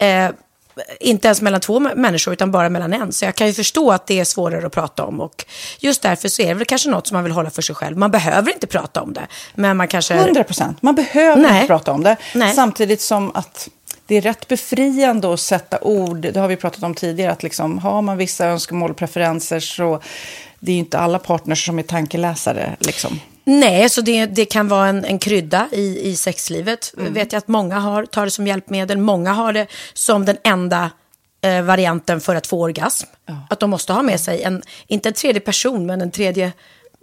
Speaker 4: inte ens mellan två människor utan bara mellan en. Så jag kan ju förstå att det är svårare att prata om. Och just därför så är det väl kanske något som man vill hålla för sig själv. Man behöver inte prata om det. Men man kanske...
Speaker 3: 100%. Man behöver inte prata om det. Nej. Samtidigt som att det är rätt befriande att sätta ord. Det har vi pratat om tidigare. Att liksom, har man vissa önskemål och preferenser så... Det är ju inte alla partners som är tankeläsare liksom.
Speaker 4: Nej, så det kan vara en krydda i sexlivet. Vet jag att många tar det som hjälpmedel. Många har det som den enda varianten för att få orgasm. Ja. Att de måste ha med sig inte en tredje person, men en tredje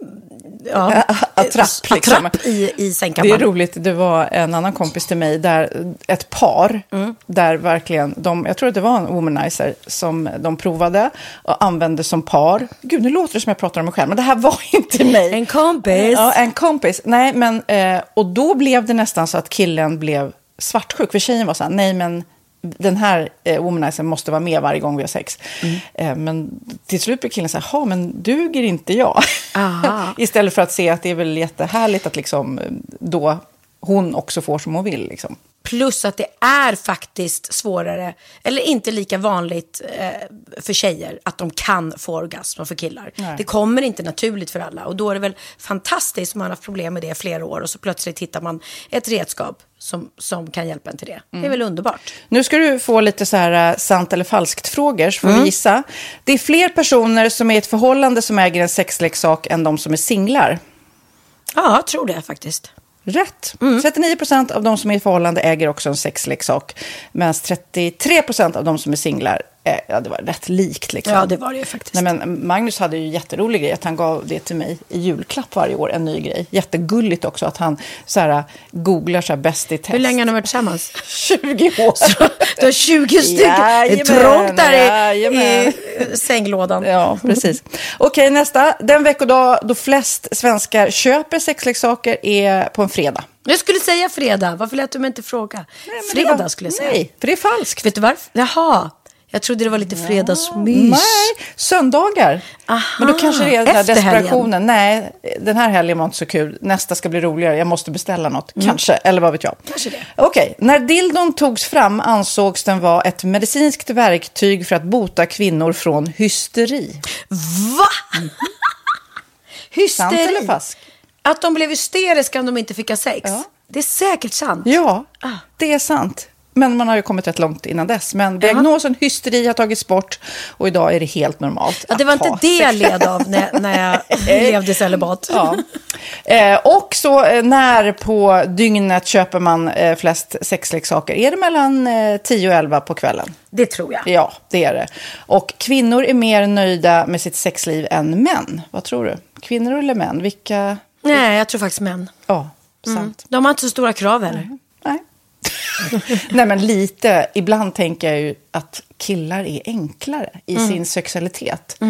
Speaker 4: attrapp i sängkammaren.
Speaker 3: Det är roligt, det var en annan kompis till mig där ett par där verkligen jag tror att det var en womanizer som de provade och använde som par. Gud, nu låter det som jag pratar om mig själv, men det här var inte mig.
Speaker 4: En kompis.
Speaker 3: Ja, en kompis. Nej, men och då blev det nästan så att killen blev svartsjuk, för tjejen var så här, nej men den här womanizern måste vara med varje gång vi har sex. Men till slut blir killen så här, men duger inte jag? Istället för att se att det är väl jättehärligt att liksom då hon också får som hon vill liksom.
Speaker 4: Plus att det är faktiskt svårare, eller inte lika vanligt för tjejer att de kan få orgasm för killar. Nej. Det kommer inte naturligt för alla. Och då är det väl fantastiskt om man har haft problem med det i flera år och så plötsligt hittar man ett redskap som kan hjälpa en till det. Det är väl underbart.
Speaker 3: Nu ska du få lite så här sant eller falskt frågor, så får vi gissa. Det är fler personer som är i ett förhållande som äger en sexleksak än de som är singlar.
Speaker 4: Ja, jag tror det faktiskt.
Speaker 3: Rätt. 39% av de som är i förhållande äger också en sexleksak. Medan 33% av de som är singlar, det var rätt likt liksom.
Speaker 4: Ja, det var det ju faktiskt.
Speaker 3: Nej, men Magnus hade ju jätterolig grej att han gav det till mig i julklapp varje år, en ny grej. Jättegulligt också att han så här, googlar så här bäst i test.
Speaker 4: Hur länge har ni varit tillsammans?
Speaker 3: 20 år.
Speaker 4: Så, du har 20 stycken. Det är trångt där i sänglådan.
Speaker 3: Ja, precis. Okej, nästa. Den veckodag då flest svenskar köper sexleksaker är på en fredag.
Speaker 4: Jag skulle säga fredag. Varför lät du mig inte fråga? Nej, fredag skulle jag säga.
Speaker 3: Nej, för det är falskt.
Speaker 4: Vet du varför? Jaha. Jag trodde det var lite fredagsmys.
Speaker 3: Nej, söndagar. Aha, men då kanske det är den där desperationen. Nej, den här helgen var inte så kul. Nästa ska bli roligare. Jag måste beställa något. Kanske, eller vad vet jag.
Speaker 4: Kanske det.
Speaker 3: Okej, när dildon togs fram ansågs den vara ett medicinskt verktyg för att bota kvinnor från hysteri.
Speaker 4: Va? Hysteri?
Speaker 3: Sant eller falskt?
Speaker 4: Att de blev hysteriska om de inte fick ha sex. Ja. Det är säkert sant.
Speaker 3: Ja, det är sant. Men man har ju kommit rätt långt innan dess. Men diagnosen hysteri har tagits bort och idag är det helt normalt.
Speaker 4: Ja, det var inte det jag led av när jag levde celibat.
Speaker 3: Ja. Och så när på dygnet köper man flest sexleksaker? Är det mellan 10 och 11 på kvällen?
Speaker 4: Det tror jag.
Speaker 3: Ja, det är det. Och kvinnor är mer nöjda med sitt sexliv än män. Vad tror du? Kvinnor eller män? Vilka?
Speaker 4: Nej, jag tror faktiskt män.
Speaker 3: Ja, sant.
Speaker 4: De har inte så stora krav eller?
Speaker 3: Nej. Nej, men lite. Ibland tänker jag ju att killar är enklare i sin sexualitet.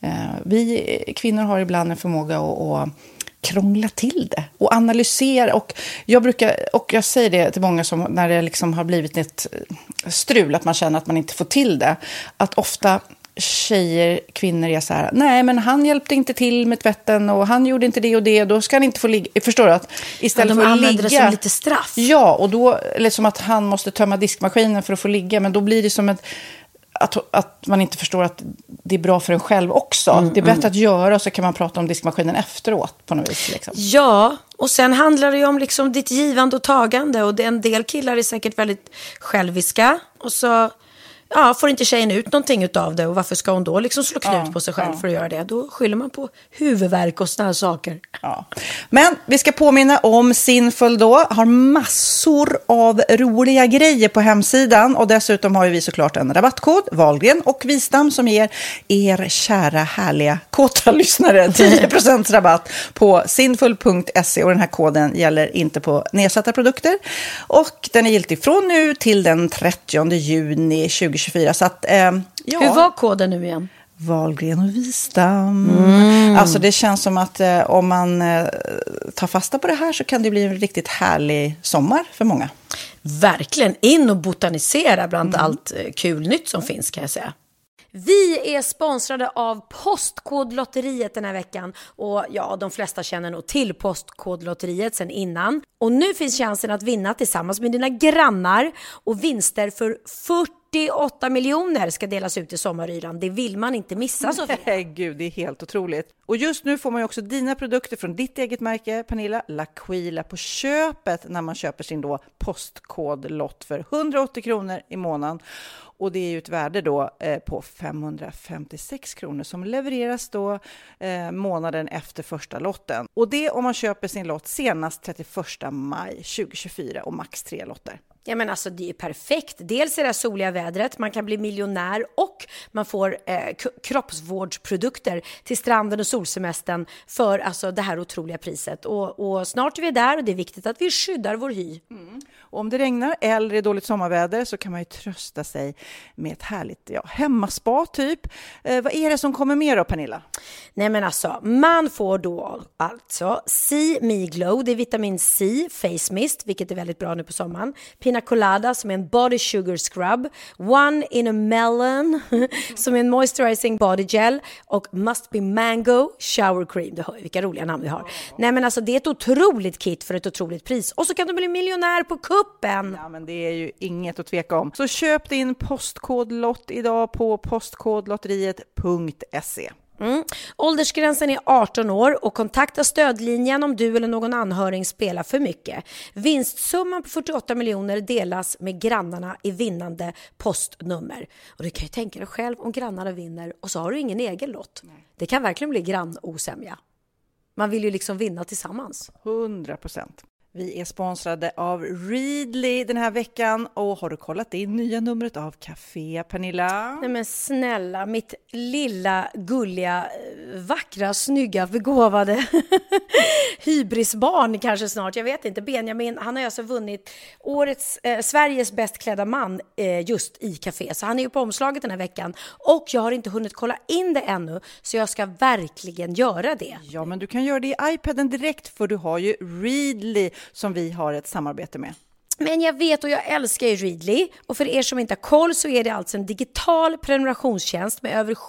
Speaker 3: Vi kvinnor har ibland en förmåga att krångla till det och analysera. Och jag säger det till många som när det liksom har blivit ett strul, att man känner att man inte får till det. Att ofta kvinnor är så här, nej men han hjälpte inte till med tvätten och han gjorde inte det och det, då ska han inte få ligga. Förstår du? Att istället för att ligga,
Speaker 4: det som lite straff.
Speaker 3: Ja, och då eller som att han måste tömma diskmaskinen för att få ligga, men då blir det som att man inte förstår att det är bra för en själv också. Det är bättre att göra, och så kan man prata om diskmaskinen efteråt på något vis. Liksom.
Speaker 4: Ja, och sen handlar det ju om liksom ditt givande och tagande, och en del killar är säkert väldigt själviska, och så får inte tjejen ut någonting utav det, och varför ska hon då liksom slå knut på sig själv för att göra det? Då skyller man på huvudvärk och såna saker. Ja.
Speaker 3: Men vi ska påminna om Sinful då, har massor av roliga grejer på hemsidan, och dessutom har vi såklart en rabattkod, Wahlgren och Wistam, som ger er kära härliga kåta lyssnare 10% rabatt på sinful.se, och den här koden gäller inte på nedsatta produkter, och den är giltig från nu till den 30 juni 2024. Så att,
Speaker 4: hur var koden nu igen?
Speaker 3: Wahlgren och Wistam. Alltså det känns som att om man tar fasta på det här så kan det bli en riktigt härlig sommar för många.
Speaker 4: Verkligen, in och botanisera bland allt kul nytt som finns, kan jag säga. Vi är sponsrade av Postkodlotteriet den här veckan, och de flesta känner nog till Postkodlotteriet sen innan. Och nu finns chansen att vinna tillsammans med dina grannar, och vinster för 48 miljoner ska delas ut i sommaryran. Det vill man inte missa, Sofia.
Speaker 3: Gud, det är helt otroligt. Och just nu får man ju också dina produkter från ditt eget märke, Pernilla, L'Aquila, på köpet när man köper sin då postkodlott för 180 kronor i månaden. Och det är ju ett värde då på 556 kronor som levereras då månaden efter första lotten. Och det om man köper sin lott senast 31 maj 2024 och max 3 lotter.
Speaker 4: Ja, men alltså det är perfekt. Dels är det soliga vädret, man kan bli miljonär och man får kroppsvårdsprodukter till stranden och solsemestern för alltså det här otroliga priset. Och snart är vi där och det är viktigt att vi skyddar vår hy.
Speaker 3: Och om det regnar eller är dåligt sommarväder så kan man ju trösta sig med ett härligt hemmaspa typ. Vad är det som kommer mer då, Pernilla?
Speaker 4: Nej, men alltså man får då alltså See Me Glow, det är vitamin C face mist, vilket är väldigt bra nu på sommaren. Pina Colada som är en body sugar scrub, One in a Melon som är en moisturizing body gel och Must Be Mango shower cream. Du hör ju vilka roliga namn vi har. Nej, men alltså det är ett otroligt kit för ett otroligt pris. Och så kan du bli miljonär på kuppen.
Speaker 3: Ja, men det är ju inget att tveka om. Så köp din postkodlott idag på postkodlotteriet.se.
Speaker 4: Åldersgränsen är 18 år och kontakta stödlinjen om du eller någon anhörig spelar för mycket. Vinstsumman på 48 miljoner delas med grannarna i vinnande postnummer. Och du kan ju tänka dig själv om grannarna vinner och så har du ingen egen lott. Nej. Det kan verkligen bli grannosämja. Man vill ju liksom vinna tillsammans.
Speaker 3: 100%. Vi är sponsrade av Readly den här veckan och har du kollat det nya numret av Café, Pernilla?
Speaker 4: Nej men snälla, mitt lilla, gulliga, vackra, snygga, begåvade hybrisbarn kanske snart, jag vet inte. Benjamin, han har alltså vunnit årets Sveriges bäst klädda man just i Café. Så han är ju på omslaget den här veckan och jag har inte hunnit kolla in det ännu så jag ska verkligen göra det.
Speaker 3: Ja, men du kan göra det i iPaden direkt för du har ju Readly som vi har ett samarbete med.
Speaker 4: Men jag vet och jag älskar ju Readly och för er som inte har koll så är det alltså en digital prenumerationstjänst med över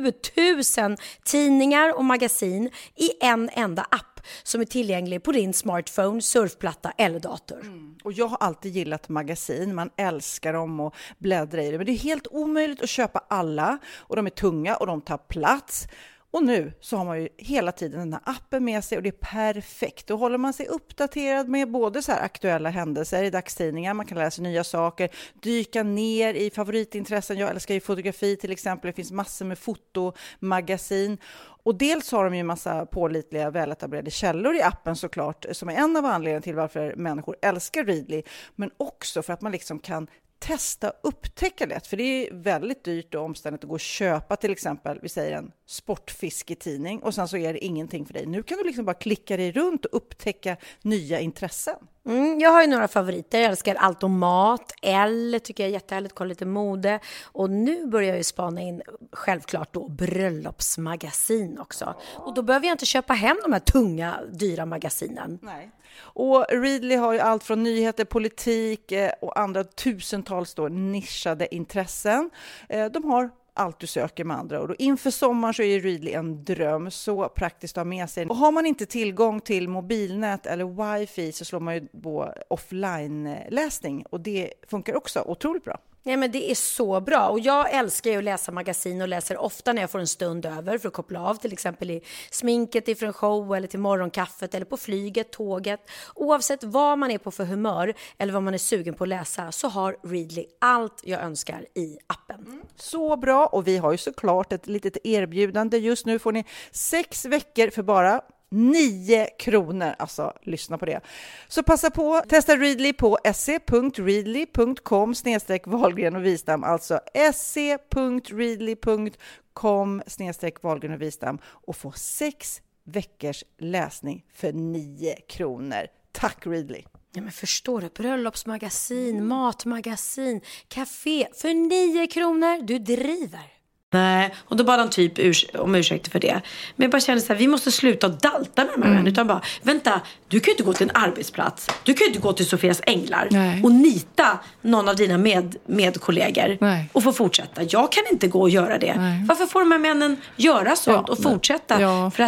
Speaker 4: 7000 tidningar och magasin i en enda app som är tillgänglig på din smartphone, surfplatta eller dator.
Speaker 3: Och jag har alltid gillat magasin, man älskar dem och bläddra i det, men det är helt omöjligt att köpa alla och de är tunga och de tar plats. Och nu så har man ju hela tiden den här appen med sig och det är perfekt. Då håller man sig uppdaterad med både så här aktuella händelser i dagstidningar. Man kan lära sig nya saker, dyka ner i favoritintressen. Jag älskar ju fotografi till exempel. Det finns massor med fotomagasin. Och dels har de ju en massa pålitliga, väletablerade källor i appen såklart. Som är en av anledningarna till varför människor älskar Readly. Men också för att man liksom kan testa upptäcka lätt, för det är väldigt dyrt och omständigt att gå och köpa till exempel, vi säger en sportfisketidning och sen så är det ingenting för dig. Nu kan du liksom bara klicka dig runt och upptäcka nya intressen.
Speaker 4: Jag har ju några favoriter. Jag älskar allt om mat. Elle tycker jag är jättehärligt. Kolla lite mode. Och nu börjar jag ju spana in självklart då bröllopsmagasin också. Och då behöver jag inte köpa hem de här tunga, dyra magasinen.
Speaker 3: Nej. Och Readly har ju allt från nyheter, politik och andra tusentals då nischade intressen. De har allt du söker med andra ord. Och inför sommaren så är Readly en dröm, så praktiskt att ha med sig. Och har man inte tillgång till mobilnät eller wifi så slår man ju på offline-läsning och det funkar också otroligt bra.
Speaker 4: Ja, men det är så bra och jag älskar ju att läsa magasin och läser ofta när jag får en stund över för att koppla av, till exempel i sminket inför en show eller till morgonkaffet eller på flyget, tåget. Oavsett vad man är på för humör eller vad man är sugen på att läsa så har Readly allt jag önskar i appen.
Speaker 3: Så bra, och vi har ju såklart ett litet erbjudande. Just nu får ni 6 veckor för bara 9 kronor, alltså lyssna på det. Så passa på, testa Readly på se.readly.com/Wahlgren och Wistam, alltså se.readly.com/Wahlgren och Wistam och få 6 veckors läsning för 9 kronor. Tack Readly!
Speaker 4: Ja, men förstår du, bröllopsmagasin, matmagasin, café för 9 kronor, du driver. Nej, och då bad han typ om ursäkt för det. Men jag bara kände så här, vi måste sluta dalta med de här utan bara, vänta, du kan ju inte gå till en arbetsplats. Du kan ju inte gå till Sofias änglar och nita någon av dina medkollegor och få fortsätta. Jag kan inte gå och göra det. Varför får de här männen göra sånt och fortsätta? För att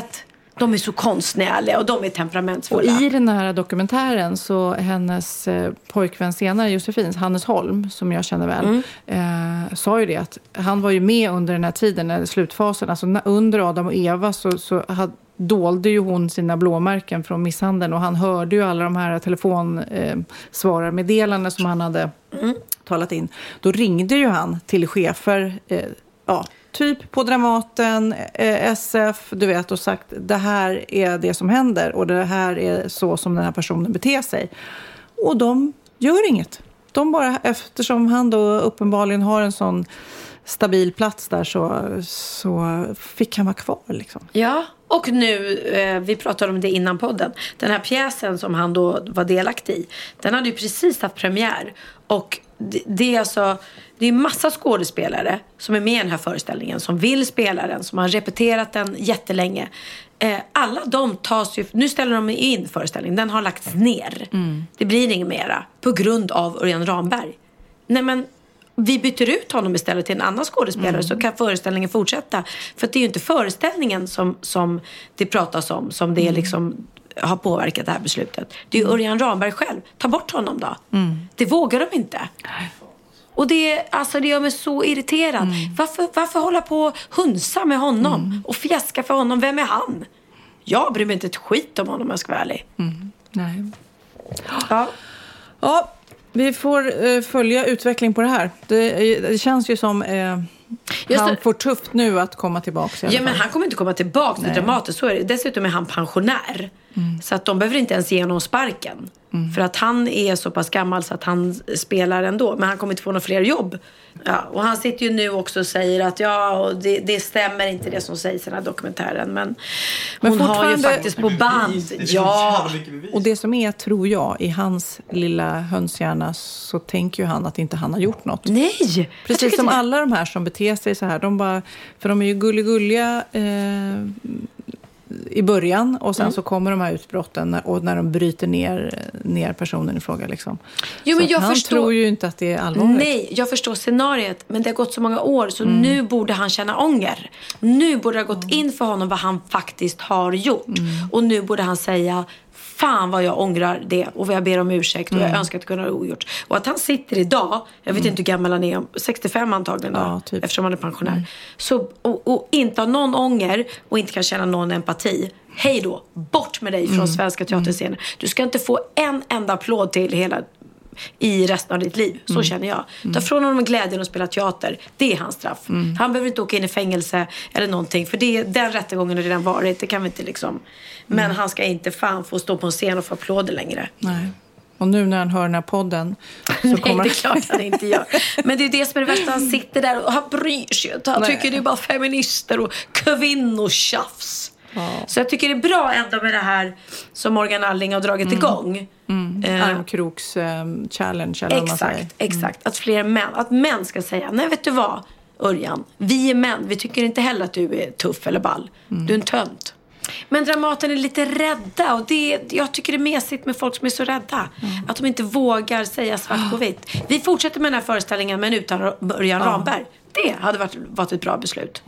Speaker 4: De är så konstnärliga och de är temperamentsfulla.
Speaker 3: Och i den här dokumentären så hennes pojkvän senare, Josefins, Hannes Holm, som jag känner väl, sa ju det att han var ju med under den här tiden, när slutfasen, alltså under Adam och Eva så dolde ju hon sina blåmärken från misshandeln och han hörde ju alla de här telefonsvararmeddelanden som han hade talat in. Då ringde ju han till chefer, typ på Dramaten, SF, du vet, och sagt det här är det som händer och det här är så som den här personen beter sig. Och de gör inget. De bara, eftersom han då uppenbarligen har en sån stabil plats där så fick han vara kvar liksom.
Speaker 4: Ja, och nu, vi pratade om det innan podden. Den här pjäsen som han då var delaktig i, den hade ju precis haft premiär. Och det är alltså, det är massa skådespelare som är med i den här föreställningen, som vill spela den, som har repeterat den jättelänge. Alla de tas ju, nu ställer de in föreställningen, den har lagts ner. Det blir inget mera på grund av Örjan Ramberg. Nej, men vi byter ut honom istället till en annan skådespelare så kan föreställningen fortsätta. För att det är ju inte föreställningen som det pratas om, som det liksom har påverkat det här beslutet. Det är ju Örjan Ramberg själv. Ta bort honom då. Det vågar de inte. Och det gör mig så irriterad. Varför hålla på och hunsa med honom och fjäska för honom? Vem är han? Jag bryr mig inte ett skit om honom, jag ska vara ärlig.
Speaker 3: Nej. Ja, vi får följa utveckling på det här. Det känns ju som han får tufft nu att komma tillbaka.
Speaker 4: Ja, men han kommer inte komma tillbaka till Dramaten. Så är det. Dessutom är han pensionär. Så att de behöver inte ens ge honom sparken. För att han är så pass gammal så att han spelar ändå. Men han kommer inte få några fler jobb. Ja, och han sitter ju nu också och säger att det stämmer inte det som sägs i den här dokumentären. Men hon har ju faktiskt på band.
Speaker 3: Och det som är, tror jag, i hans lilla hönshjärna så tänker ju han att inte han har gjort något.
Speaker 4: Nej!
Speaker 3: Precis som alla de här som beter sig så här. För de är ju gulliga i början och sen så kommer de här utbrotten när de bryter ner personen i fråga liksom.
Speaker 4: Jo, men
Speaker 3: han tror ju inte att det är allvarligt.
Speaker 4: Nej, jag förstår scenariet, men det har gått så många år så nu borde han känna ånger. Nu borde det ha gått in för honom vad han faktiskt har gjort. Och nu borde han säga, fan vad jag ångrar det och vad jag ber om ursäkt och jag önskar att kunna ha ogjort. Och att han sitter idag, jag vet inte hur gammal han är, 65 antagligen då, typ. Eftersom han är pensionär. Så, och inte har någon ånger och inte kan känna någon empati. Hej då, bort med dig från svenska teaterscenen. Du ska inte få en enda applåd till i resten av ditt liv. Så känner jag. Ta från honom glädjen att spela teater. Det är hans straff. Han behöver inte åka in i fängelse eller någonting. För den rättegången har redan varit. Det kan vi inte liksom. Men han ska inte fan få stå på en scen och få applåder längre.
Speaker 3: Nej. Och nu när han hör den här podden så kommer
Speaker 4: det är klart han inte gör. Men det är det som är det värsta. Han sitter där och han bryr sig inte. Han tycker det är bara feminister och kvinnotjafs. Så jag tycker det är bra ändå med det här som Morgan Alling har dragit igång.
Speaker 3: Armkroks challenge eller vad man säger.
Speaker 4: Exakt. Att män ska säga, nej vet du vad Örjan, vi är män, vi tycker inte heller att du är tuff eller ball. Du är en tönt. Men Dramaten är lite rädda och jag tycker det är mesigt med folk som är så rädda. Att de inte vågar säga svart på vitt. Vi fortsätter med den här föreställningen men utan Örjan Ramberg. Det hade varit ett bra beslut.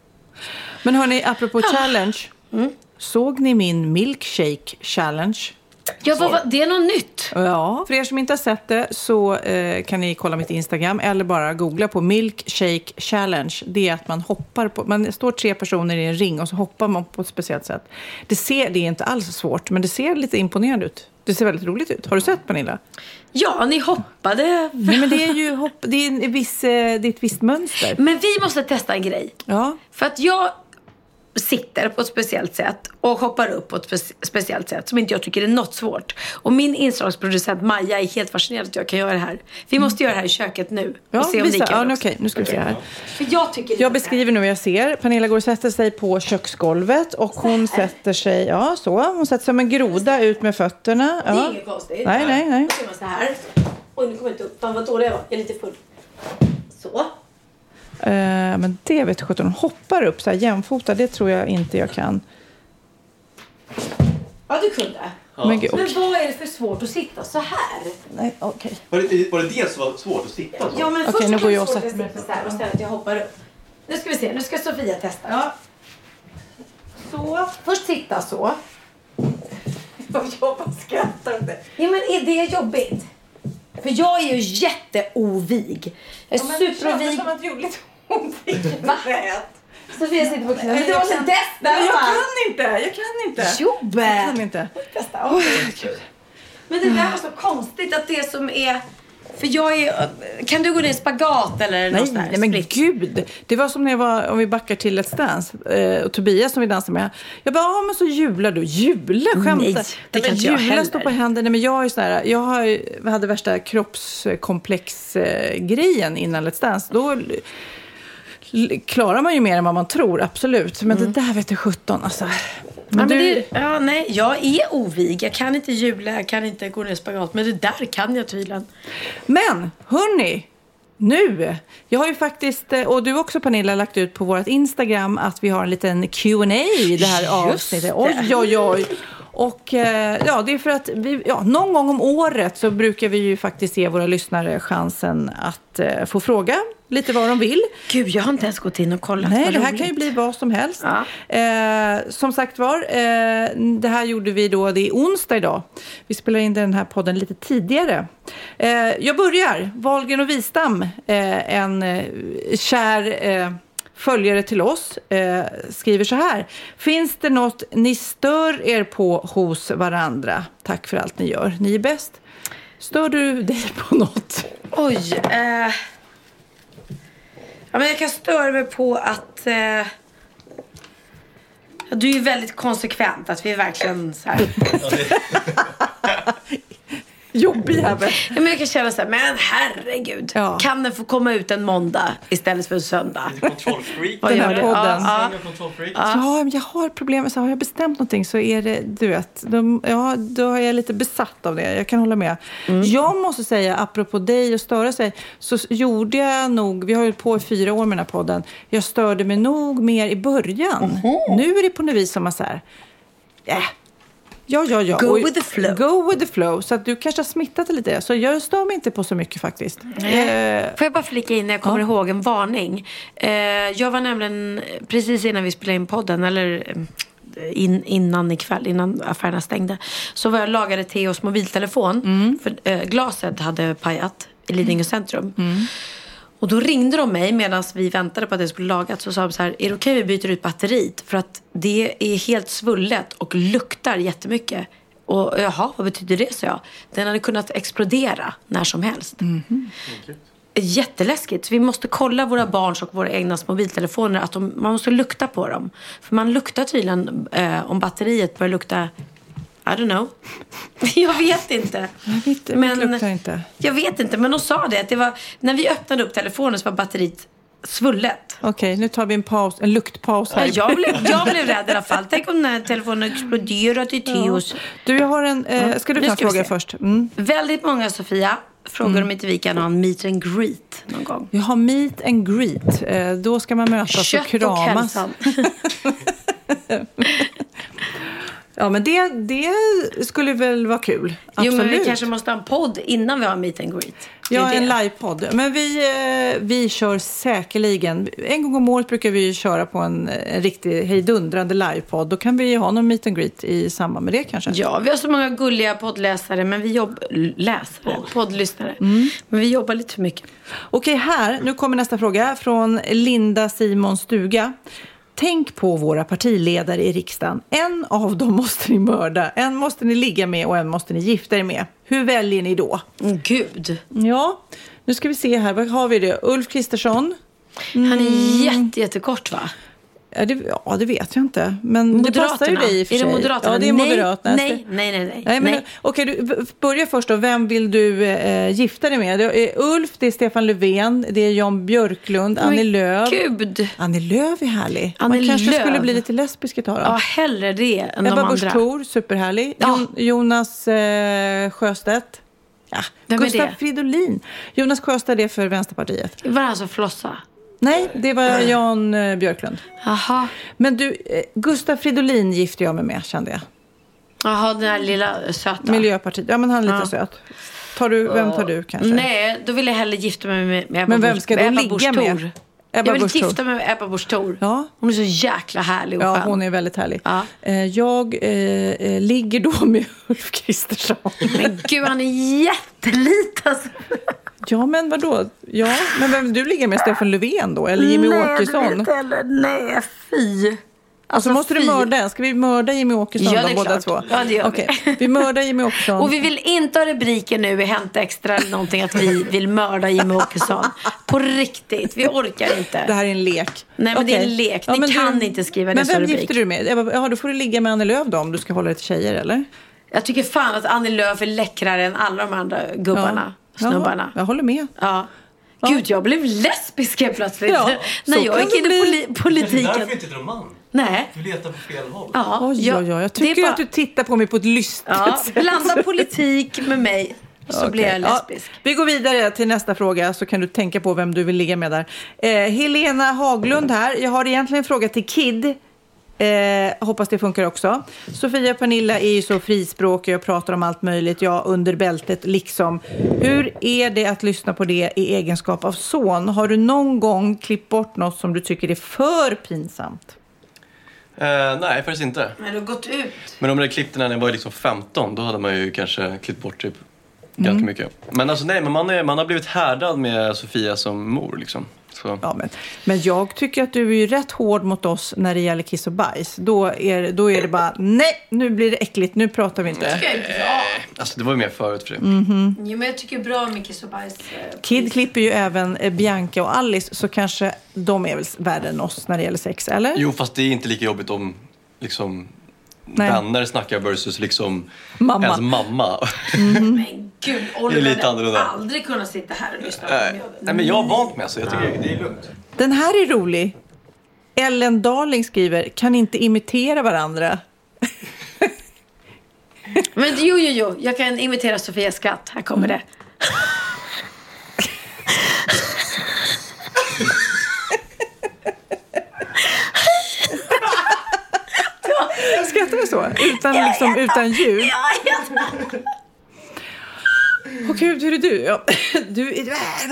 Speaker 3: Men hörni, apropå challenge. Såg ni min milkshake challenge?
Speaker 4: Ja, det är något nytt.
Speaker 3: Ja, för er som inte har sett det så kan ni kolla mitt Instagram eller bara googla på milkshake challenge. Det är att man hoppar på, man står 3 personer i en ring och så hoppar man på ett speciellt sätt. Det är inte alls svårt, men det ser lite imponerande ut. Det ser väldigt roligt ut. Har du sett, Pernilla?
Speaker 4: Ja, ni hoppade.
Speaker 3: Nej, men det är ju det är ett visst mönster.
Speaker 4: Men vi måste testa en grej.
Speaker 3: Ja.
Speaker 4: För att jag sitter på ett speciellt sätt och hoppar upp på ett speciellt sätt som inte jag tycker är något svårt. Och min inslagsproducent Maja är helt fascinerad att jag kan göra det här. Vi måste göra det här i köket nu och se om ni kan.
Speaker 3: Okej, nu ska vi se här.
Speaker 4: För jag
Speaker 3: beskriver nu vad jag ser. Pernilla går och sätter sig på köksgolvet och hon sätter sig, hon sätter sig som en groda ut med fötterna.
Speaker 4: Det är inget konstigt.
Speaker 3: Nej.
Speaker 4: Nu ser man så här. Oj, nu kommer jag inte upp. Fan vad dålig jag var. Jag är lite full. Så.
Speaker 3: Men det vet jag, hon hoppar upp så här jämfota, det tror jag inte jag kan.
Speaker 4: Ja, du kunde.
Speaker 3: Ja. Men
Speaker 4: vad är det för svårt att sitta så här?
Speaker 3: Nej, okej.
Speaker 5: Var det det som var svårt att sitta så?
Speaker 4: Ja, men först nu går jag och sätter mig så här och ställer att jag hoppar upp. Nu ska vi se, nu ska Sofia testa.
Speaker 3: Ja. så.
Speaker 4: Först sitta så.
Speaker 3: Jag bara skrattar inte.
Speaker 4: Ja, men är det jobbigt? För jag är ju jätteovig. Jag är superovig.
Speaker 3: Det känns som att du gjorde lite ovig.
Speaker 4: Va? Sofia sitter på knä. Det var lite testa.
Speaker 3: Jag kan inte.
Speaker 4: Jobbe.
Speaker 3: Jag kan inte.
Speaker 4: Testa. Men det där var så konstigt att det som är... För jag är... Kan du gå ner i spagat eller något där?
Speaker 3: Nej, men gud. Det var som när jag var... Om vi backar till Let's Dance. Och Tobias som vi dansade med. Jag bara, men så jular du. Jula, skämta. Nej,
Speaker 4: det kan inte jag heller.
Speaker 3: Jula, stå på händerna. Men jag är sån här... Jag hade värsta kroppskomplex-grejen innan Let's Dance. Då... klarar man ju mer än vad man tror, absolut. Men det där vet du 17, alltså.
Speaker 4: Nej, jag är ovig. Jag kan inte jula, jag kan inte gå ner i spagat. Men det där kan jag tydligen.
Speaker 3: Men, hörni, nu. Jag har ju faktiskt, och du också Pernilla, lagt ut på vårt Instagram att vi har en liten Q&A i det här avsnittet. Oj. Och det är för att någon gång om året så brukar vi ju faktiskt ge våra lyssnare chansen att få fråga lite vad de vill.
Speaker 4: Gud, jag har inte ens gått in och kollat.
Speaker 3: Nej, det här kan ju bli vad som helst. Ja. Som sagt var, det här gjorde vi då, det är onsdag idag. Vi spelar in den här podden lite tidigare. Jag börjar. Wahlgren och Wistam, en kär... följare till oss skriver så här: finns det något ni stör er på hos varandra? Tack för allt ni gör. Ni är bäst. Stör du dig på något?
Speaker 4: Oj. Men jag kan störa mig på att du är ju väldigt konsekvent. Att vi är verkligen så här...
Speaker 3: Jobbig jävel.
Speaker 4: Ja, men jag kan känna så här, men herregud. Ja. Kan den få komma ut en måndag istället för en söndag?
Speaker 5: Kontrollfreak.
Speaker 3: Den här podden.
Speaker 4: Ja,
Speaker 3: men jag har problem. Så har jag bestämt någonting så är det, du vet, då är jag lite besatt av det. Jag kan hålla med. Jag måste säga, apropå dig och störa sig, så gjorde jag nog, vi har ju på i 4 år med den här podden, jag störde mig nog mer i början. Nu är det på något vis som så här, Ja.
Speaker 4: Go with the flow.
Speaker 3: Go with the flow. Så att du kanske har smittat lite. Så jag stör mig inte på så mycket faktiskt.
Speaker 4: Får jag bara flika in när jag kommer ihåg en varning. Jag var nämligen precis innan vi spelade in podden, eller innan ikväll, innan affärerna stängde, så var jag lagade Theos mobiltelefon. För glaset hade pajat i Lidingö centrum. Och då ringde de mig medan vi väntade på att det skulle lagas. Så sa de så här: är det okej vi byter ut batteriet? För att det är helt svullet och luktar jättemycket. Och jaha, vad betyder det, så jag? Den hade kunnat explodera när som helst. Jätteläskigt. Så vi måste kolla våra barns och våra egna mobiltelefoner. Att man måste lukta på dem. För man luktar tydligen om batteriet börjar lukta... I don't know. Jag vet inte. Jag vet inte, men de sa det att det var, när vi öppnade upp telefonen så var batteriet svullet.
Speaker 3: Okej, nu tar vi en luktpaus här.
Speaker 4: Jag blev rädd i alla fall. Tänk om den här telefonen exploderat i Theos.
Speaker 3: Du, jag har en... ska du ta fråga först?
Speaker 4: Väldigt många, Sofia, frågar om inte vi kan ha en meet and greet någon gång.
Speaker 3: Jag har meet and greet. Då ska man mötas och kramas. Ja, men det skulle väl vara kul. Absolut.
Speaker 4: Jo, men vi kanske måste ha en podd innan vi har meet and greet.
Speaker 3: Ja, en livepodd. Men vi kör säkerligen. En gång om året brukar vi köra på en riktig hejdundrande livepodd. Då kan vi ha någon meet and greet i samband med det kanske.
Speaker 4: Ja, vi har så många gulliga poddläsare, men vi poddlyssnare. Men vi jobbar lite för mycket.
Speaker 3: Okej, nu kommer nästa fråga från Linda Simon Stuga. Tänk på våra partiledare i riksdagen. En av dem måste ni mörda. En måste ni ligga med och en måste ni gifta er med. Hur väljer ni då?
Speaker 4: Gud.
Speaker 3: Ja, nu ska vi se här. Vad har vi det? Ulf Kristersson.
Speaker 4: Han är jättekort, va?
Speaker 3: Ja, det vet jag inte. Men det passar ju dig i och för sig.
Speaker 4: Är det Moderaterna?
Speaker 3: Ja, det är Moderaterna.
Speaker 4: Nej.
Speaker 3: Okej, du börjar först då. Vem vill du gifta dig med? Det är Ulf, det är Stefan Löfven, det är Jan Björklund, Annie Lööf.
Speaker 4: Gud.
Speaker 3: Annie Lööf är härlig.
Speaker 4: Annie
Speaker 3: Man kanske
Speaker 4: Lööf
Speaker 3: skulle bli lite lesbisk ett tag då.
Speaker 4: Ja, hellre det än
Speaker 3: Ebba
Speaker 4: de andra.
Speaker 3: Busch Thor, superhärlig. Ja. Jonas Sjöstedt. Ja. Gustav Fridolin. Jonas Sjöstedt är för Vänsterpartiet.
Speaker 4: Var det alltså flossa?
Speaker 3: Nej, det var Jan Björklund.
Speaker 4: Aha.
Speaker 3: Men du, Gustav Fridolin gifte jag mig med, kände jag.
Speaker 4: Jaha, den här lilla söta.
Speaker 3: Miljöpartiet, ja men han är lite söt. Vem tar du kanske?
Speaker 4: Nej, då vill jag hellre gifta mig med Ebba.
Speaker 3: Men vem ska du ligga med?
Speaker 4: Jag vill gifta mig med Ebba Busch Thor.
Speaker 3: Ja.
Speaker 4: Hon är så jäkla härlig och
Speaker 3: Ja,
Speaker 4: skön.
Speaker 3: hon är väldigt härlig.
Speaker 4: Ja.
Speaker 3: Jag ligger då med Ulf Kristersson.
Speaker 4: Men gud, han är jätteliten. Alltså.
Speaker 3: Ja, men vadå? Ja, men vem du ligger med? Stefan Löfven då? Eller Jimmy Åkesson?
Speaker 4: Nej, fy.
Speaker 3: Alltså måste du mörda? Ska vi mörda Jimmy Åkesson
Speaker 4: ja,
Speaker 3: båda
Speaker 4: klart.
Speaker 3: två?
Speaker 4: Ja, det gör
Speaker 3: vi mördar Jimmy Åkesson.
Speaker 4: Och vi vill inte ha rubriker nu i Hänt Extra eller någonting att vi vill mörda Jimmy Åkesson. På riktigt, vi orkar inte.
Speaker 3: Det här är en lek.
Speaker 4: Nej, men det är en lek. Ni kan inte skriva det som rubrik.
Speaker 3: Men vem gifter du med? Ja, då får du ligga med Annie Lööf då om du ska hålla dig till tjejer, eller?
Speaker 4: Jag tycker fan att Annie Lööf är läckrare än alla de andra gubbarna, snubbarna.
Speaker 3: Jag håller med.
Speaker 4: Ja. Gud, jag blev lesbisk helt plötsligt.
Speaker 3: Ja,
Speaker 4: när jag gick in i politiken.
Speaker 5: Det är därför inte är en man.
Speaker 4: Nej.
Speaker 5: Du letar på fel håll.
Speaker 4: Ja,
Speaker 3: Oj, jag tycker bara... att du tittar på mig på ett lystigt sätt.
Speaker 4: Blanda politik med mig så blir jag lesbisk.
Speaker 3: Ja, vi går vidare till nästa fråga så kan du tänka på vem du vill ligga med där. Helena Haglund här. Jag har egentligen en fråga till Kid. Hoppas det funkar också. Sofia och Pernilla är ju så frispråkiga och pratar om allt möjligt. Ja, under bältet liksom. Hur är det att lyssna på det i egenskap av son? Har du någon gång klippt bort något som du tycker är för pinsamt?
Speaker 5: Nej, faktiskt inte.
Speaker 4: Men du har gått ut.
Speaker 5: Men om det klippte när jag var liksom 15, då hade man ju kanske klippt bort typ ganska mycket. Men alltså nej, men man har blivit härdad med Sofia som mor liksom. Så.
Speaker 3: Ja, men jag tycker att du är ju rätt hård mot oss när det gäller kiss och bajs. Då är det bara, nej, nu blir det äckligt, nu pratar vi inte.
Speaker 5: Alltså det var ju mer förut för det.
Speaker 4: Jo, men jag tycker bra med kiss och bajs.
Speaker 3: Kid klipper ju även Bianca och Alice, så kanske de är väl värre än oss när det gäller sex, eller?
Speaker 5: Jo, fast det är inte lika jobbigt om liksom vänner snackar versus liksom ens mamma.
Speaker 4: Men gud, Oliver
Speaker 5: hade
Speaker 4: aldrig kunnat sitta här och lyssna på mig.
Speaker 5: Nej, men jag har vant mig så jag tycker det är lugnt.
Speaker 3: Den här är rolig. Ellen Darling skriver, kan inte imitera varandra.
Speaker 4: Men jo, jag kan imitera Sofia Skatt. Här kommer det.
Speaker 3: Skrattar du så? Utan ljud? Åh gud, hur är du? Ja. Du är...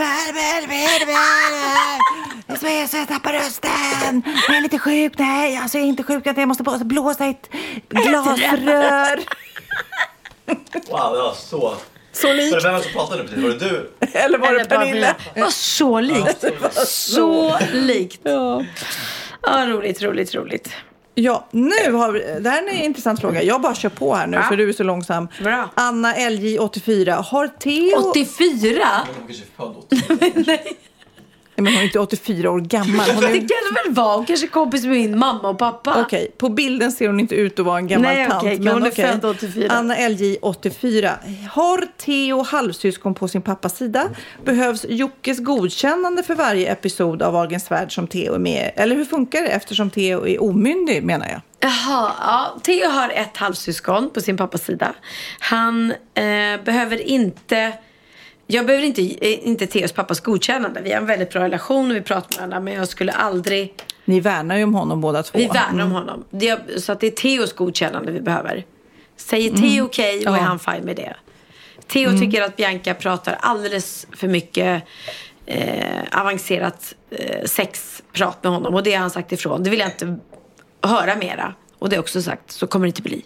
Speaker 3: Jag tappar rösten. Jag är lite sjuk. Nej, alltså jag är inte sjuk. Jag måste blåsa ett glasrör.
Speaker 5: Wow, det var så
Speaker 3: likt.
Speaker 5: Var det vem som pratade precis? Var det du?
Speaker 3: Eller var det Pernilla?
Speaker 4: Det var så likt. Så likt.
Speaker 3: Ja.
Speaker 4: Ja, roligt.
Speaker 3: Ja, nu har vi... Det här är en intressant fråga. Jag bara kör på här nu, för du är så långsam.
Speaker 4: Bra.
Speaker 3: Anna LJ 84. Har Theo...
Speaker 4: 84?
Speaker 5: Hon kanske är född 84.
Speaker 3: Nej, men hon är inte 84 år gammal. Hon är...
Speaker 4: Det kan det väl vara. Hon kanske är kompis med min mamma och pappa.
Speaker 3: Okej, på bilden ser hon inte ut att vara en gammal tant.
Speaker 4: Nej, hon är född 84.
Speaker 3: Anna LJ 84. Har Theo halvsyskon på sin pappas sida? Behövs Jockes godkännande för varje episod av Ahlgrens värld som Theo är med? Eller hur funkar det eftersom Theo är omyndig, menar jag?
Speaker 4: Jaha, ja. Theo har ett halvsyskon på sin pappas sida. Han behöver inte... Jag behöver inte Theos pappas godkännande. Vi har en väldigt bra relation och vi pratar med varandra. Men jag skulle aldrig...
Speaker 3: Ni värnar ju om honom båda två.
Speaker 4: Vi värnar om honom. Så att det är Theos godkännande vi behöver. Säger Theo okej, och är han fine med det. Theo tycker att Bianca pratar alldeles för mycket avancerat sexprat med honom. Och det har han sagt ifrån. Det vill jag inte höra mera. Och det är också sagt, så kommer det inte bli.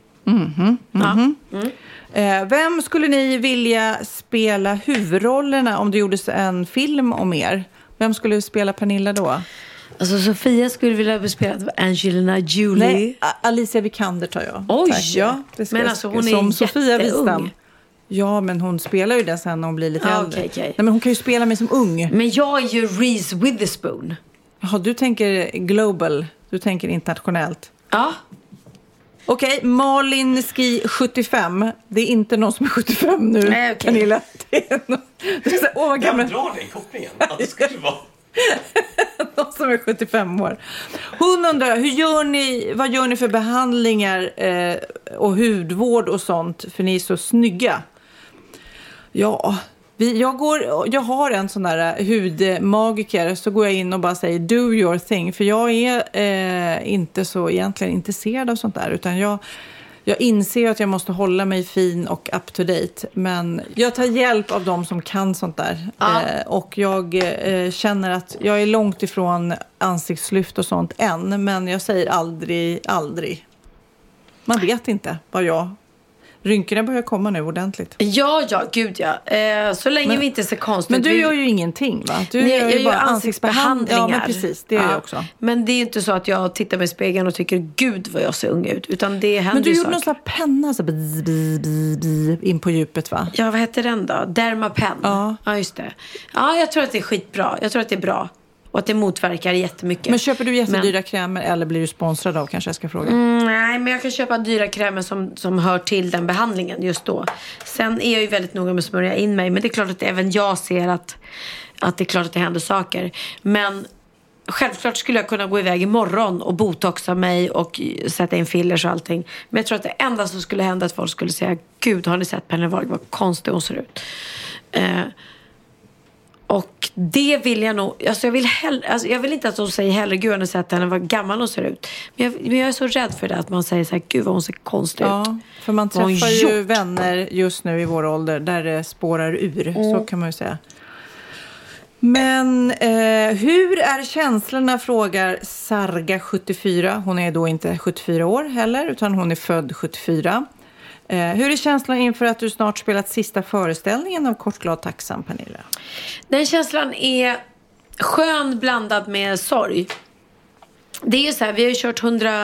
Speaker 3: Vem skulle ni vilja spela huvudrollerna om det gjordes en film om er? Vem skulle spela Pernilla då?
Speaker 4: Alltså Sofia skulle vilja bli spelad Angelina Jolie.
Speaker 3: Nej, Alicia Vikander tar jag.
Speaker 4: Oj,
Speaker 3: ja,
Speaker 4: men alltså hon är
Speaker 3: som Sofia Wistam.
Speaker 4: jätteung.
Speaker 3: Ja, men hon spelar ju det sen när hon blir lite äldre.
Speaker 4: Okay.
Speaker 3: Nej, men hon kan ju spela mig som ung.
Speaker 4: Men jag är ju Reese Witherspoon.
Speaker 3: Jaha, du tänker global. Du tänker internationellt.
Speaker 4: Ja.
Speaker 3: Okej, Malin Ski 75. Det är inte någon som är 75 nu,
Speaker 4: Nej, okay.
Speaker 3: Pernilla. Det är någon...
Speaker 5: Jag drar den kopplingen. Att det skulle vara...
Speaker 3: någon som är 75 år. Hon undrar, vad gör ni för behandlingar och hudvård och sånt? För ni är så snygga. Ja... Jag har en sån där hudmagiker, så går jag in och bara säger do your thing, för jag är inte så egentligen intresserad av sånt där, utan Jag inser att jag måste hålla mig fin och up to date. Men jag tar hjälp av dem som kan sånt där. Och jag känner att jag är långt ifrån ansiktslyft och sånt än. Men jag säger aldrig. Man vet inte vad jag... Rynkorna börjar komma nu ordentligt.
Speaker 4: Ja, gud ja. Så länge vi inte ser konstigt.
Speaker 3: Men du gör ju ingenting, va? Du gör ju bara ansiktsbehandlingar. Ja, men precis. Det gör jag också.
Speaker 4: Men det är inte så att jag tittar mig i spegeln och tycker, gud vad jag ser ung ut. Utan det händer.
Speaker 3: Men du gjorde någon sån här penna så in på djupet, va?
Speaker 4: Ja, vad heter den då? Dermapen. Ja, just det. Ja, jag tror att det är skitbra. Jag tror att det är bra. Och att det motverkar jättemycket.
Speaker 3: Men köper du jättedyra krämer eller blir du sponsrad av, kanske jag ska fråga?
Speaker 4: Nej, men jag kan köpa dyra krämer som hör till den behandlingen just då. Sen är jag ju väldigt noga med att smörja in mig. Men det är klart att även jag ser att det är klart att det händer saker. Men självklart skulle jag kunna gå iväg imorgon och botoxa mig och sätta in fillers och allting. Men jag tror att det enda som skulle hända att folk skulle säga, gud, har ni sett Pernilla Wahlgren, vad konstig hon ser ut. Och det vill jag nog... Alltså jag vill inte att de säger hellre, gud, har ni sett henne, vad gammal hon ser ut. Men jag är så rädd för det, att man säger så här, gud vad hon ser konstig ut.
Speaker 3: Ja, för man träffar ju vänner just nu i vår ålder där det spårar ur, så kan man ju säga. Men hur är känslorna, frågar Sarga74. Hon är då inte 74 år heller, utan hon är född 74. Hur är känslan inför att du snart spelat sista föreställningen av Kort, glad, tacksam, Pernilla?
Speaker 4: Den känslan är skön blandad med sorg. Det är ju så här, vi har ju kört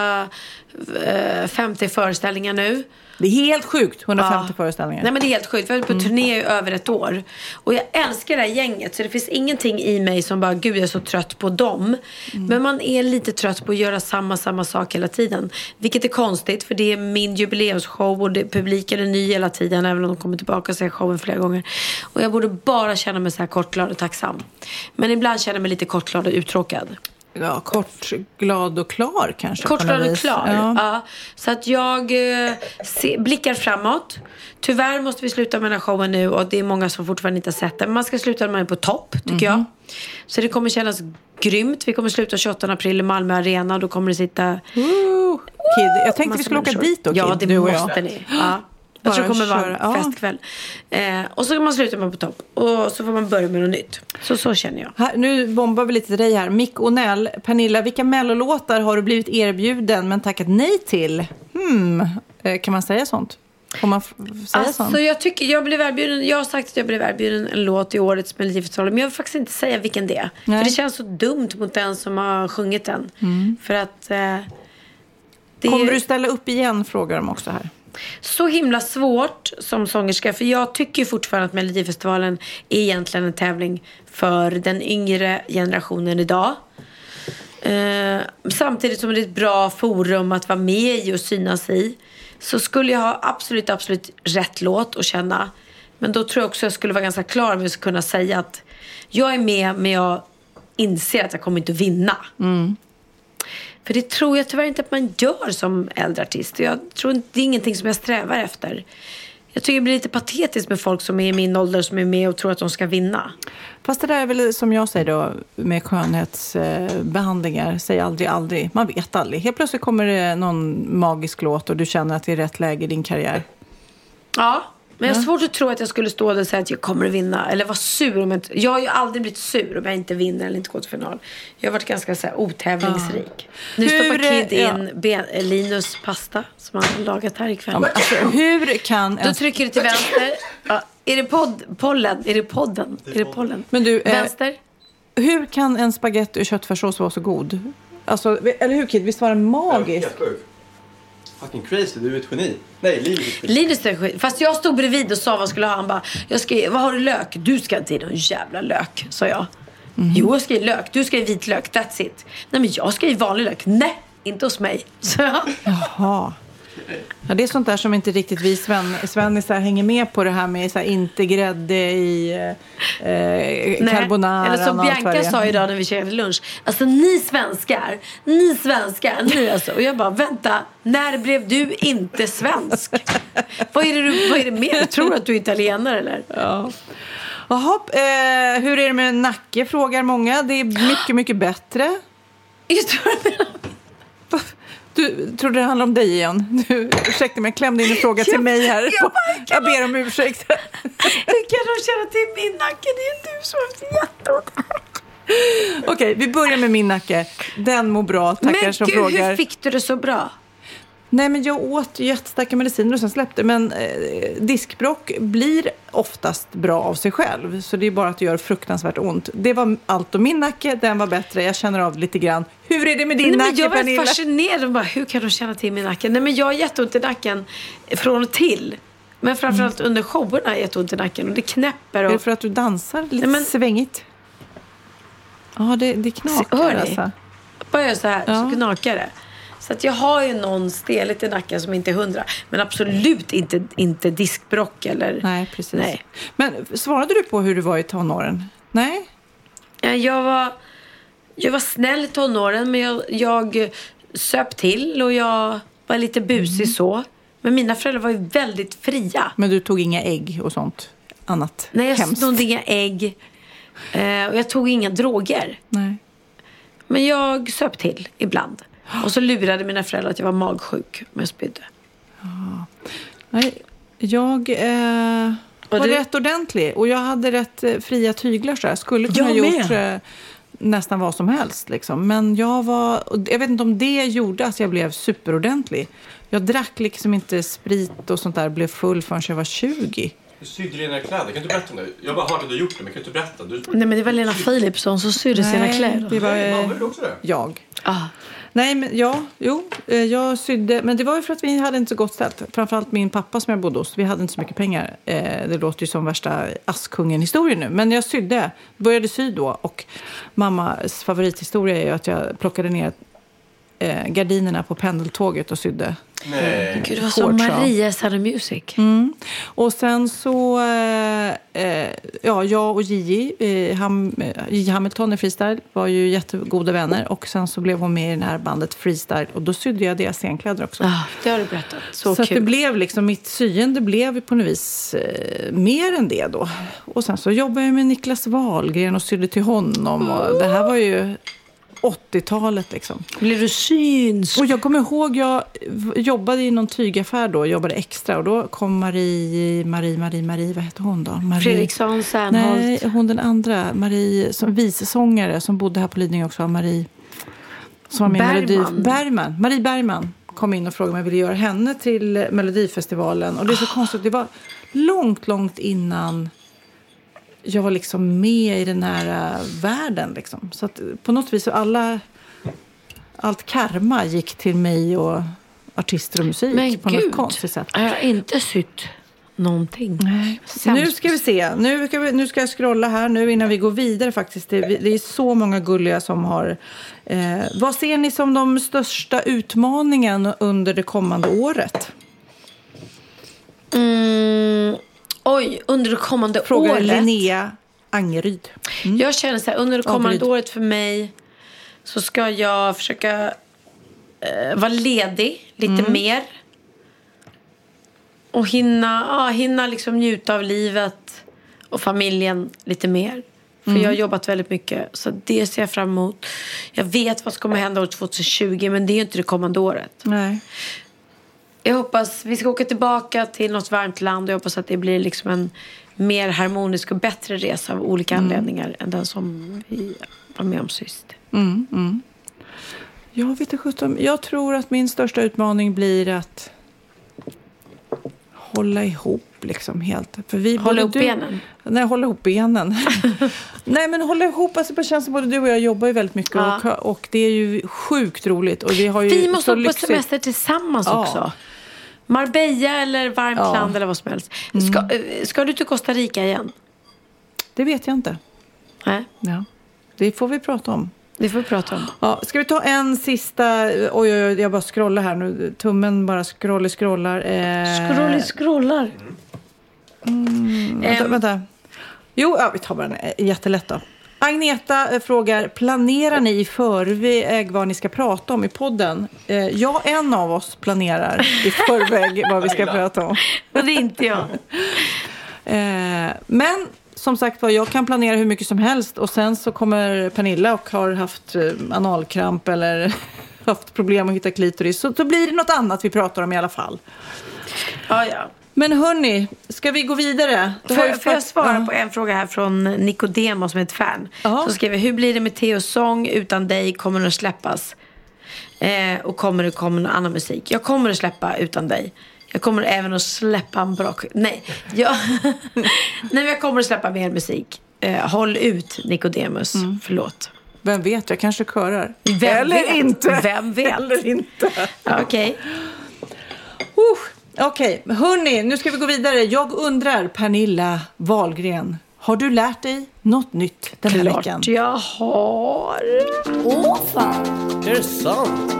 Speaker 4: 150 föreställningar nu.
Speaker 3: Det är helt sjukt, 150 föreställningar.
Speaker 4: Nej, men det är helt sjukt. Vi har varit på turné i över ett år. Och jag älskar det här gänget. Så det finns ingenting i mig som bara, gud, jag är så trött på dem. Men man är lite trött på att göra samma sak hela tiden. Vilket är konstigt, för det är min jubileumsshow. Och publiken är ny hela tiden, även om de kommer tillbaka och ser showen flera gånger. Och jag borde bara känna mig så här kort, glad och tacksam. Men ibland känner jag mig lite kort, glad och uttråkad.
Speaker 3: Ja, kort, glad och klar kanske.
Speaker 4: Kort, glad och klar, ja. Så att jag blickar framåt. Tyvärr måste vi sluta med den här showen nu. Och det är många som fortfarande inte har sett den. Men man ska sluta med den på topp, tycker jag. Så det kommer kännas grymt. Vi kommer sluta 28 april i Malmö Arena. Och då kommer det sitta...
Speaker 3: Kid, jag tänkte vi skulle åka dit då, Kid.
Speaker 4: Ja, det måste ni. Ja. Jag tror det kommer vara en festkväll. Och så kan man sluta med på topp. Och så får man börja med något nytt. Så känner jag.
Speaker 3: Här, nu bombar vi lite till dig här. Mick O'Nell, Pernilla, vilka mellolåtar har du blivit erbjuden men tackat nej till? Kan man säga sånt? Får man säga sånt? Jag har sagt att jag blev erbjuden en låt i årets Melodifestivalen. Men jag vill faktiskt inte säga vilken det är. Nej. För det känns så dumt mot den som har sjungit den. För att... Kommer du ställa upp igen, frågar de också här.
Speaker 4: Så himla svårt som sångerska. För jag tycker fortfarande att Melodifestivalen är egentligen en tävling för den yngre generationen idag. Samtidigt som det är ett bra forum att vara med i och synas i. Så skulle jag ha absolut rätt låt att känna. Men då tror jag också jag skulle vara ganska klar med att kunna säga att jag är med, men jag inser att jag kommer inte att vinna. För det tror jag tyvärr inte att man gör som äldre artist. Jag tror det är ingenting som jag strävar efter. Jag tycker det blir lite patetiskt med folk som är i min ålder som är med och tror att de ska vinna.
Speaker 3: Fast det där är väl som jag säger då med skönhetsbehandlingar. Säg aldrig. Man vet aldrig. Helt plötsligt kommer det någon magisk låt och du känner att det är rätt läge i din karriär.
Speaker 4: Ja. Men jag har svårt att tro att jag skulle stå där och säga att jag kommer att vinna. Eller vara sur. Jag har ju aldrig blivit sur om jag inte vinner eller inte går till final. Jag har varit ganska så här otävlingsrik. Nu stoppar Kid in Linus pasta som han har lagat här ikväll.
Speaker 3: Ja, alltså, hur kan...
Speaker 4: Då trycker du till vänster. Är det pollen? Är det podden? Är det pollen?
Speaker 3: Men du,
Speaker 4: vänster.
Speaker 3: Hur kan en spagetti och köttfärssås vara så god? Alltså, eller hur, Kid? Visst var det magiskt?
Speaker 5: Fucking crazy, du är ett geni. Nej,
Speaker 4: Linus är geni. Fast jag stod bredvid och sa vad skulle ha. Han bara, vad har du lök? Du ska inte i någon jävla lök, sa jag. Jo, jag ska i lök. Du ska i vitlök, that's it. Nej, men jag ska i vanlig lök. Nej, inte hos mig.
Speaker 3: Jaha. Ja, det är sånt där som inte riktigt vi svennisar hänger med på, det här med så här, inte grädde i carbonara.
Speaker 4: Eller som Bianca sa idag när vi käkade lunch. Alltså ni svenskar nu alltså. Och jag bara, vänta, när blev du inte svensk? Vad är det mer? Du tror att du är italienare eller?
Speaker 3: Ja. Jaha, hur är det med nacke, frågar många. Det är mycket bättre.
Speaker 4: Jag tror
Speaker 3: Du trodde det handlade om dig igen. Ursäkta mig, jag klämde in en fråga till mig här. Jag ber om ursäkt.
Speaker 4: Hur kan de känna till min nacke? Det är du som har haft jätteont.
Speaker 3: Okej, vi börjar med min nacke. Den mår bra, tackar som frågar.
Speaker 4: Men hur fick du det så bra?
Speaker 3: Nej, men jag åt jättestarka mediciner och sen släppte. Men diskbråck blir oftast bra av sig själv. Så det är bara att det gör fruktansvärt ont. Det var allt om min nacke, den var bättre. Jag känner av det lite grann. Hur är det med din nacke,
Speaker 4: Pernilla? Jag var
Speaker 3: Pernilla?
Speaker 4: fascinerad. Bara, hur kan de känna till min nacke? Nej, men jag har jätteont i nacken från och till. Men framförallt under showerna har jag jätteont i nacken. Och det knäpper. Och...
Speaker 3: Är det för att du dansar lite svängigt? Ja, det knakar alltså.
Speaker 4: Bara gör så här, så knakar det. Så att jag har ju någon steligt i nacken som inte är 100. Men absolut inte diskbråck eller...
Speaker 3: Nej, precis. Nej. Men svarade du på hur du var i tonåren? Nej?
Speaker 4: Jag var snäll i tonåren, men jag söp till och jag var lite busig så. Men mina föräldrar var ju väldigt fria.
Speaker 3: Men du tog inga ägg och sånt annat?
Speaker 4: Nej, jag tog inga ägg. Och jag tog inga droger.
Speaker 3: Nej.
Speaker 4: Men jag söp till ibland. Och så lurade mina föräldrar att jag var magsjuk med spydde.
Speaker 3: Ja. Nej, jag var rätt ordentlig. Och jag hade rätt fria tyglar så jag skulle kunna ha gjort nästan vad som helst. Liksom. Men jag vet inte om det gjorde att jag blev superordentlig. Jag drack liksom inte sprit och sånt där. Blev full förrän jag var 20.
Speaker 5: Du sydde dina kläder, kan du berätta om det? Jag har bara hört att du har gjort det, men kan du berätta?
Speaker 4: Nej, men det var Lena Philipsson som sydde sina kläder.
Speaker 3: Det var
Speaker 5: mamma, du också det?
Speaker 3: Jag. Nej, men jag sydde, men det var ju för att vi hade inte så gott ställt. Framförallt min pappa som jag bodde hos, vi hade inte så mycket pengar. Det låter ju som värsta Askungen-historien nu. Men jag började sy då, och mammas favorithistoria är ju att jag plockade ner gardinerna på pendeltåget och sydde.
Speaker 5: Nej.
Speaker 4: Gud, det var som Maria Sound Music.
Speaker 3: Och sen så jag och Gigi Hamilton i Freestyle var ju jättegoda vänner, och sen så blev hon med i det här bandet Freestyle, och då sydde jag deras scenkläder också.
Speaker 4: Det har du berättat. Så
Speaker 3: kul.
Speaker 4: Att
Speaker 3: det blev liksom, mitt syende blev på något vis mer än det då. Och sen så jobbade jag med Niklas Wahlgren och sydde till honom, och det här var ju 80-talet liksom.
Speaker 4: Blev du synsk?
Speaker 3: Och jag kommer ihåg, jag jobbade i någon tygaffär då, jobbade extra, och då kom Marie, vad hette hon då?
Speaker 4: Fredriksson Sernholt.
Speaker 3: Nej, hon den andra, Marie, som visesångare som bodde här på Lidingö också, Marie som var med Marie Bergman kom in och frågade om jag ville göra henne till Melodifestivalen, och det är så konstigt, det var långt innan jag var liksom med i den här världen liksom. Så att på något vis så allt karma gick till mig och artister och musik.
Speaker 4: Men
Speaker 3: på något konstigt sätt.
Speaker 4: Jag har inte sytt någonting.
Speaker 3: Nej. Nu ska vi se. Nu ska jag scrolla här nu innan vi går vidare faktiskt. Det är så många gulliga som har... vad ser ni som de största utmaningen under det kommande året?
Speaker 4: Under det kommande
Speaker 3: Frågar
Speaker 4: året.
Speaker 3: Linnea Angeryd.
Speaker 4: Jag känner så här, under det kommande året för mig så ska jag försöka vara ledig lite mer. Och hinna liksom njuta av livet och familjen lite mer. För jag har jobbat väldigt mycket, så det ser jag fram emot. Jag vet vad som kommer hända år 2020, men det är ju inte det kommande året.
Speaker 3: Nej.
Speaker 4: Jag hoppas vi ska åka tillbaka till något varmt land, och jag hoppas att det blir liksom en mer harmonisk och bättre resa av olika anledningar än den som vi var med om sist.
Speaker 3: Jag tror att min största utmaning blir att hålla ihop liksom helt. För vi
Speaker 4: hålla ihop benen?
Speaker 3: Nej, hålla ihop benen. Nej, men hålla ihop. Alltså, det känns som både du och jag jobbar ju väldigt mycket. Och det är ju sjukt roligt. Och vi
Speaker 4: måste åka på semester tillsammans också. Marbella eller varmt land eller vad som helst. Ska du till Costa Rica igen?
Speaker 3: Det vet jag inte.
Speaker 4: Nej.
Speaker 3: Ja. Det får vi prata om.
Speaker 4: Det får vi prata om.
Speaker 3: Ja, ska vi ta en sista... Oj, jag bara scrollar här nu. Tummen bara scrollar.
Speaker 4: Scrollar.
Speaker 3: Vänta. Jo, vi tar bara en jättelätt då. Agneta frågar, planerar ni i förväg vad ni ska prata om i podden? Ja, en av oss planerar i förväg vad vi ska prata om.
Speaker 4: Och det är inte jag.
Speaker 3: Men som sagt var, jag kan planera hur mycket som helst, och sen så kommer Pernilla och har haft analkramp eller haft problem att hitta klitoris. Så då blir det något annat vi pratar om i alla fall.
Speaker 4: Ja.
Speaker 3: Men hörni, ska vi gå vidare?
Speaker 4: Får jag svara på en fråga här från Nicodemo som är ett fan. Så skriver, hur blir det med Theos sång? Utan dig kommer den att släppas. Och kommer det någon annan musik? Jag kommer att släppa Utan dig. Jag kommer även att släppa en bra... Nej, men jag kommer att släppa mer musik. Håll ut, Nicodemus. Förlåt.
Speaker 3: Vem vet, jag kanske körar.
Speaker 4: Vem vet?
Speaker 3: Eller inte.
Speaker 4: Okej.
Speaker 3: Okej, hörni, nu ska vi gå vidare. Jag undrar, Pernilla Wahlgren, har du lärt dig något nytt den här veckan?
Speaker 4: Klart jag har.
Speaker 8: Fan.
Speaker 5: Är det sant?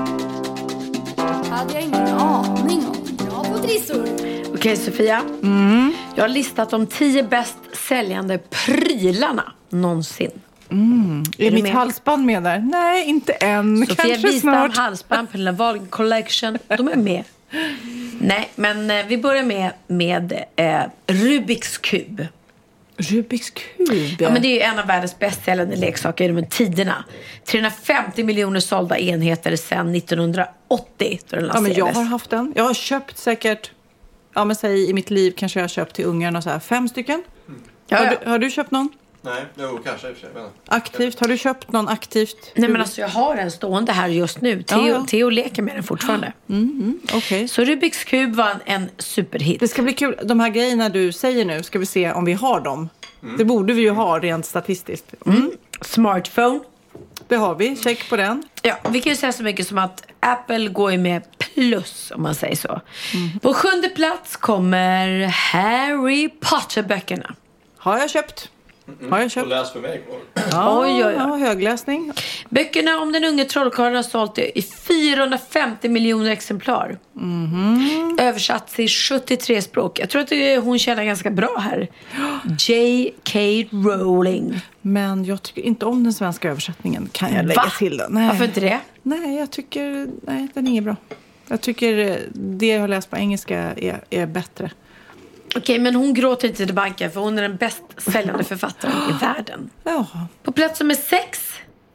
Speaker 8: Hade jag ingen aning om. Bra på trissor.
Speaker 4: Okej, Sofia. Jag har listat de 10 bäst säljande prylarna någonsin.
Speaker 3: Är mitt halsband med där? Nej, inte än.
Speaker 4: Sofia
Speaker 3: kanske
Speaker 4: Wistam,
Speaker 3: snart.
Speaker 4: halsband, Pernilla Wahlgren Collection. De är med. Nej, men vi börjar med Rubiks kub.
Speaker 3: Rubiks kub?
Speaker 4: Ja, men det är ju en av världens bästsäljande leksaker genom tiderna. 350 miljoner sålda enheter sedan 1980 då den lanserades.
Speaker 3: Ja, men jag har haft den. Jag har köpt säkert, säg i mitt liv kanske jag har köpt till ungarna så här 5 stycken. Har du köpt någon?
Speaker 5: Nej, kanske i och för sig.
Speaker 3: Aktivt? Har du köpt någon aktivt?
Speaker 4: Nej, men alltså jag har en stående här just nu. Theo leker med den fortfarande.
Speaker 3: Okay.
Speaker 4: Så Rubiks kub var en superhit.
Speaker 3: Det ska bli kul. De här grejerna du säger nu, ska vi se om vi har dem. Det borde vi ju ha rent statistiskt.
Speaker 4: Smartphone.
Speaker 3: Det har vi. Check på den.
Speaker 4: Ja, vi kan ju säga så mycket som att Apple går ju med plus, om man säger så. På 7:e plats kommer Harry Potter-böckerna.
Speaker 3: Har jag köpt.
Speaker 5: Och läs för mig.
Speaker 3: Ja, högläsning.
Speaker 4: Böckerna om den unge trollkarlen har sålt i 450 miljoner exemplar. Översatt till 73 språk. Jag tror att hon känner ganska bra här. J.K. Rowling.
Speaker 3: Men jag tycker inte om den svenska översättningen. Kan jag lägga till den? Nej.
Speaker 4: Varför inte det?
Speaker 3: Nej, den är inget bra. Jag tycker det jag har läst på engelska är bättre.
Speaker 4: Okej, men hon gråter inte till banken för hon är den bäst säljande författaren i världen.
Speaker 3: Jaha.
Speaker 4: På plats nummer 6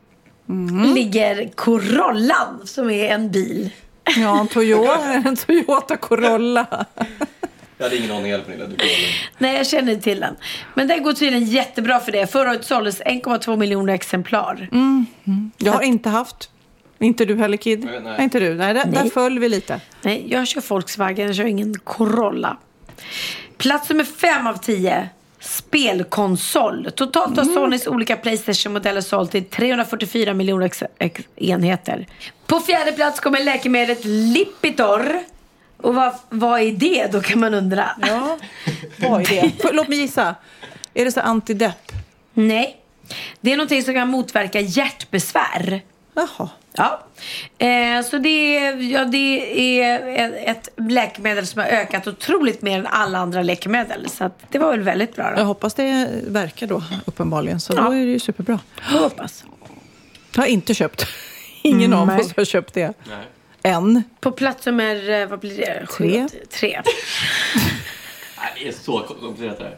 Speaker 4: ligger Corollan, som är en bil.
Speaker 3: Ja, en Toyota Corolla.
Speaker 5: Jag hade ingen aning heller, Pernilla.
Speaker 4: Nej, jag känner inte till den. Men det går tydligen jättebra för det. Förra året såldes 1,2 miljoner exemplar.
Speaker 3: Jag har inte haft. Inte du heller, Kid? Nej. Inte du? Nej, där föll vi lite.
Speaker 4: Nej, jag kör Volkswagen. Jag kör ingen Corolla. Plats nummer 5 av 10. Spelkonsol. Totalt har Sonys olika PlayStation-modeller sålt till 344 miljoner enheter. På 4:e plats kommer läkemedlet Lipitor. Och vad är det? Då kan man undra.
Speaker 3: Ja, vad är det? Låt mig gissa. Är det så antidepp?
Speaker 4: Nej. Det är någonting som kan motverka hjärtbesvär.
Speaker 3: Jaha.
Speaker 4: Ja. Så det är ett läkemedel som har ökat otroligt mer än alla andra läkemedel. Så att det var väl väldigt bra då.
Speaker 3: Jag hoppas det verkar då, uppenbarligen. Så då är det ju superbra.
Speaker 4: Jag hoppas.
Speaker 3: Jag har inte köpt. Ingen av oss har köpt det.
Speaker 5: Nej.
Speaker 3: Än.
Speaker 4: På plats nummer, vad blir det? 3.
Speaker 5: Nej, det är så komplicerat det här.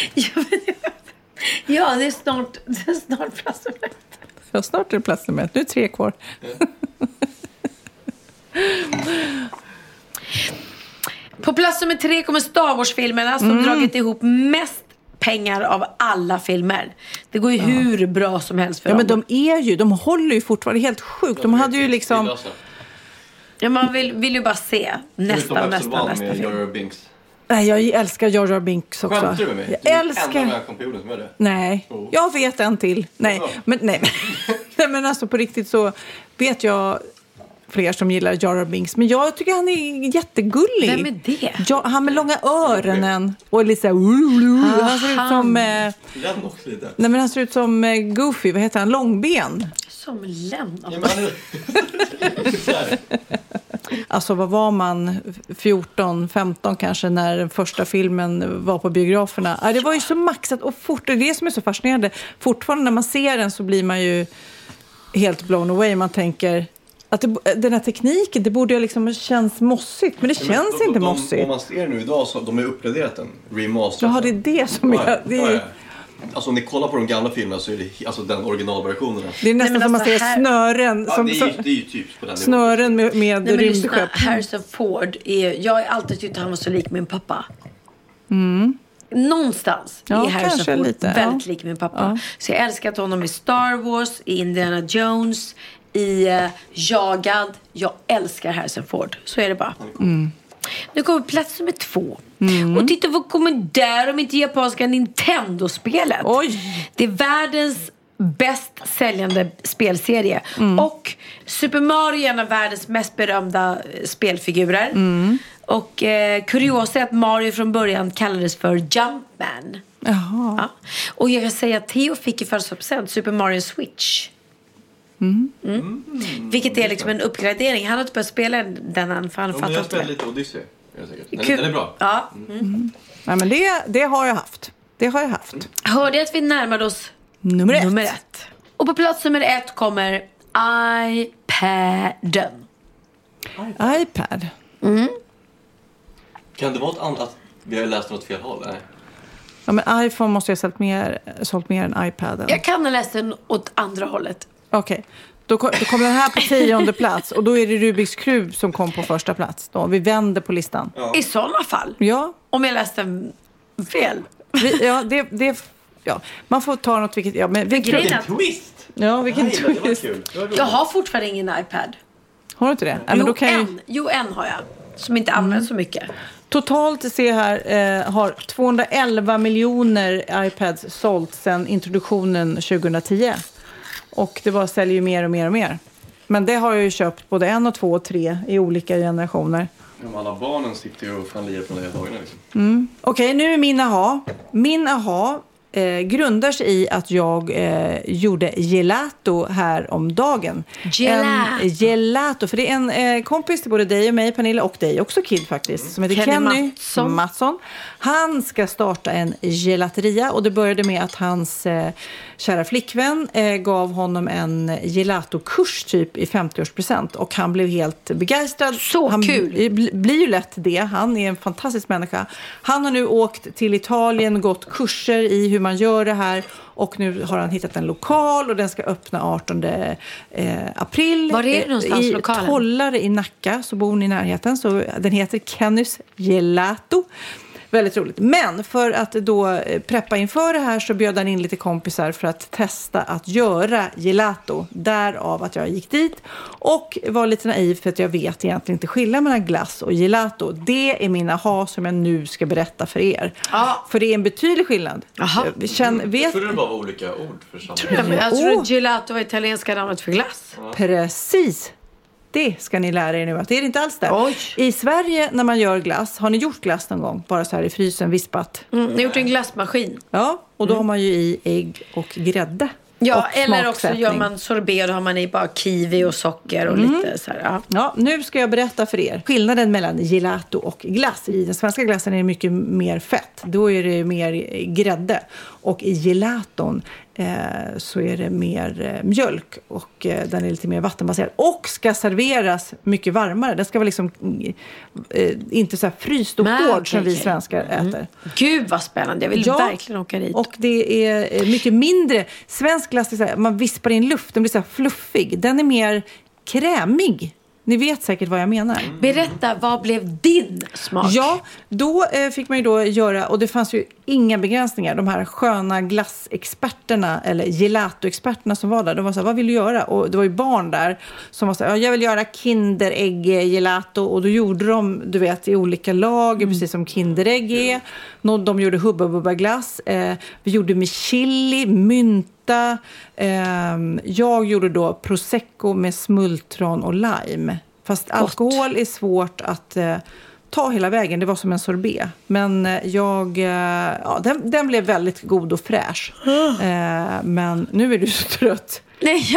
Speaker 4: Ja, det är snart plats nummer 1.
Speaker 3: Ja, snart är det plats nummer 1. Nu är 3 kvar.
Speaker 4: På plats nummer 3 kommer Star Wars-filmerna som dragit ihop mest pengar av alla filmer. Det går ju hur bra som helst för dem.
Speaker 3: Men de håller ju fortfarande helt sjukt. De hade ju liksom...
Speaker 4: Ja, man vill ju bara se nästa film.
Speaker 3: Nej, jag älskar Jar Jar Binks också.
Speaker 5: Skämtar du med mig?
Speaker 3: Jag älskar...
Speaker 5: En av kompanjonen som är det.
Speaker 3: Nej, jag vet en till. Nej, nej, men alltså på riktigt så vet jag fler som gillar Jar Jar Binks. Men jag tycker han är jättegullig.
Speaker 4: Vem är det?
Speaker 3: Ja, han med långa öronen och lite så här... Han ser ut som... Nej, men han ser ut som Goofy. Vad heter han? Långben.
Speaker 4: Som Lennon.
Speaker 3: Alltså vad var man 14, 15 kanske när den första filmen var på biograferna. Det var ju så maxat och fort. Det är det som är så fascinerande. Fortfarande när man ser den så blir man ju helt blown away. Man tänker att den här tekniken, det borde ju liksom känns mossigt. Men det känns inte mossigt.
Speaker 5: Om man ser nu idag så de har uppgraderat den. Remasterat.
Speaker 3: Ja, det är det som är...
Speaker 5: Alltså om ni kollar på de gamla filmerna så är det alltså den originalversionen.
Speaker 3: Det är nästan som man ser snören.
Speaker 5: Ja, det är ju typ på den
Speaker 3: snören med rymdskepp.
Speaker 4: Harrison Ford jag har alltid tyckt att han var så lik min pappa. Någonstans är Harrison Ford lite, väldigt lik min pappa. Ja. Så jag älskat honom i Star Wars, i Indiana Jones, i Jagad. Jag älskar Harrison Ford. Så är det bara. Nu kommer plats nummer 2. Och titta vad kommer där om inte japanska Nintendo-spelet.
Speaker 3: Oj.
Speaker 4: Det är världens bäst säljande spelserie. Och Super Mario är en av världens mest berömda spelfigurer. Och kuriosa är att Mario från början kallades för Jumpman.
Speaker 3: Jaha.
Speaker 4: Ja. Och jag kan säga att Theo fick i födelsedagspresent Super Mario Switch. Vilket är liksom en uppgradering. Han har inte börjat spela den för han fattar inte.
Speaker 5: Jag spelar lite Odyssey. Den är bra.
Speaker 4: Ja.
Speaker 3: Nej, men det har jag haft. Det har jag haft.
Speaker 4: Hörde att vi närmade oss nummer 1. Och på plats nummer 1 kommer iPaden.
Speaker 3: iPad.
Speaker 5: Kan det vara ett annat att vi har läst något fel håll? Nej.
Speaker 3: Ja, men iPhone måste jag ha sålt mer än iPaden.
Speaker 4: Jag kan ha läst den åt andra hållet.
Speaker 3: Okej. Då kom den här på 10:e plats. Och då är det Rubiks kub som kom på första plats. Då. Vi vänder på listan.
Speaker 4: Ja. I sådana fall?
Speaker 3: Ja.
Speaker 4: Om jag läste den fel?
Speaker 3: Ja, man får ta något vilket... Ja, men
Speaker 5: vilken twist!
Speaker 3: Ja, vilken twist.
Speaker 4: Jag har fortfarande ingen iPad.
Speaker 3: Har du inte det?
Speaker 4: Jo, men då kan en har jag. Som inte används så mycket.
Speaker 3: Totalt se här har 211 miljoner iPads sålt sedan introduktionen 2010. Och det bara säljer ju mer och mer och mer. Men det har jag ju köpt både 1, 2 och 3 i olika generationer.
Speaker 5: Alla barnen sitter ju och fan lirar på de här dagarna liksom.
Speaker 3: Okej, nu är min aha. Min aha grundar sig i att jag gjorde gelato här om dagen. Gelato. För det är en kompis till både dig och mig, Pernilla, och dig också, Kid faktiskt, som heter Kenny Mattsson. Han ska starta en gelateria och det började med att hans kära flickvän gav honom en gelatokurs typ i 50-årspresent och han blev helt begeistrad.
Speaker 4: Så kul!
Speaker 3: Blir ju lätt det. Han är en fantastisk människa. Han har nu åkt till Italien, gått kurser i hur man gör det här och nu har han hittat en lokal och den ska öppna 18 april.
Speaker 4: Var är det någonstans
Speaker 3: i
Speaker 4: lokalen?
Speaker 3: Tollare i Nacka, så bor ni i närheten. Så den heter Kennys Gelato. Väldigt roligt. Men för att då preppa inför det här så bjöd han in lite kompisar för att testa att göra gelato. Därav att jag gick dit och var lite naiv för att jag vet egentligen inte skillnad mellan glass och gelato. Det är mina aha som jag nu ska berätta för er. För det är en betydlig skillnad.
Speaker 5: Vet... Jag tror det bara var olika ord för samma.
Speaker 4: Jag tror att gelato var italienska namnet för glass.
Speaker 3: Precis. Det ska ni lära er nu att det är inte alls där.
Speaker 4: Oj.
Speaker 3: I Sverige när man gör glass, har ni gjort glass någon gång? Bara så här i frysen, vispat?
Speaker 4: Ni har gjort en glassmaskin.
Speaker 3: Ja, och då har man ju i ägg och grädde.
Speaker 4: Ja, och eller också gör man sorbet och då har man i bara kiwi och socker och lite så här.
Speaker 3: Ja, nu ska jag berätta för er. Skillnaden mellan gelato och glass. I den svenska glassen är det mycket mer fett. Då är det mer grädde. Och i gelaton så är det mer mjölk och den är lite mer vattenbaserad. Och ska serveras mycket varmare. Den ska vara liksom inte så här fryst och hård som vi svenskar äter.
Speaker 4: Gud vad spännande, jag vill verkligen åka dit.
Speaker 3: Och det är mycket mindre. Svensk glass är så här, man vispar in luft, den blir så här fluffig. Den är mer krämig. Ni vet säkert vad jag menar.
Speaker 4: Berätta, vad blev din smak?
Speaker 3: Ja, då fick man ju då göra, och det fanns ju inga begränsningar. De här sköna glassexperterna eller gelatoexperterna som var där, de var så här, vad vill du göra? Och det var ju barn där som var så här, jag vill göra kinderägg gelato. Och då gjorde de, du vet, i olika lager, precis som kinderägg är. De gjorde Hubba Bubba glass. Vi gjorde med chili, mynta. Jag gjorde då prosecco med smultron och lime. Fast alkohol är svårt att ta hela vägen. Det var som en sorbet. Men den blev väldigt god och fräsch. Men nu är du så trött.
Speaker 4: Nej,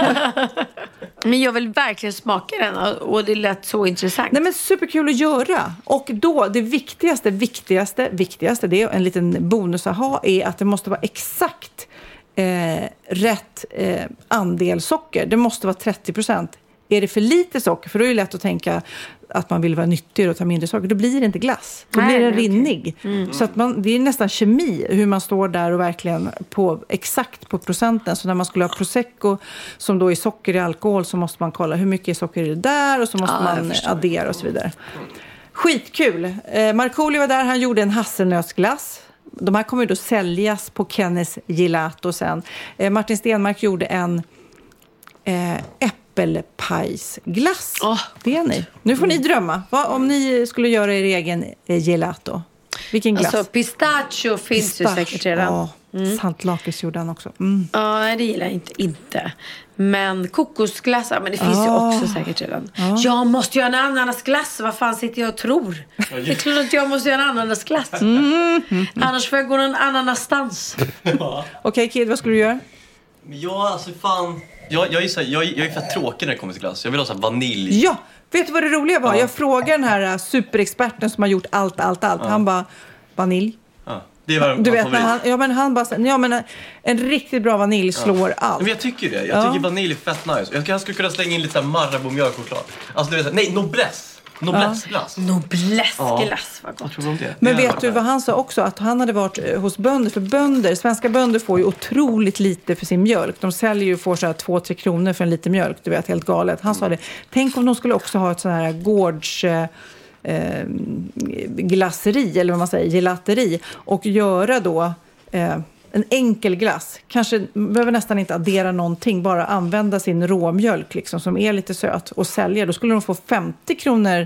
Speaker 4: men jag vill verkligen smaka den och det lät så intressant.
Speaker 3: Nej, men superkul att göra. Och då, det viktigaste, det är en liten bonus att ha, är att det måste vara exakt rätt andel socker. Det måste vara 30%. är det för lite socker, för då är det lätt att tänka att man vill vara nyttig och ta mindre socker, då blir det inte glass. Då blir den rinnig. Så att det är nästan kemi hur man står där och verkligen exakt på procenten. Så när man skulle ha prosecco som då är socker i alkohol, så måste man kolla hur mycket socker är det där, och så måste man addera och så vidare. Skitkul. Markoolio var där, han gjorde en hasselnötsglass. De här kommer ju då säljas på Kenneth Gelato sen. Martin Stenmark gjorde en äppelpajsglass. Det är ni. Nu får ni drömma. Om ni skulle göra er egen gelato. Vilken glass?
Speaker 4: Alltså pistachio finns ju säkert redan.
Speaker 3: Saltlakris gjorde han också.
Speaker 4: Ja, det gillar jag inte. Men kokosglass, men det finns ju också säkert redan. Jag måste göra en ananasglass. Vad fan sitter jag och tror? Det är klart att jag måste göra en ananasglass. Annars får jag gå någon annanstans.
Speaker 3: Okej, Kid, vad skulle du göra?
Speaker 5: Ja, alltså fan. Jag är för tråkig när det kommer till glass. Jag vill ha så här vanilj.
Speaker 3: Ja, vet du vad det roliga var? Jag frågade den här superexperten som har gjort allt. Han bara, vanilj.
Speaker 5: Det var
Speaker 3: du vet, han bara, en riktigt bra vanilj slår allt.
Speaker 5: Men jag tycker det. Jag tycker vanilj är fett nice. Jag skulle kunna slänga in lite Marabou mjölkchoklad. Alltså du vet, nej, Noblesse-glass.
Speaker 4: Noblesse-glass, vad gott.
Speaker 3: Men vet du vad han sa också? Att han hade varit hos bönder. För svenska bönder får ju otroligt lite för sin mjölk. De säljer ju, får så här 2-3 kronor för en liter mjölk. Du vet, helt galet. Han sa det. Tänk om de skulle också ha ett sån här gårds... glasseri, eller vad man säger, gelateri, och göra då en enkel glass. Kanske behöver nästan inte addera någonting, bara använda sin råmjölk liksom, som är lite söt, och sälja. Då skulle de få 50 kronor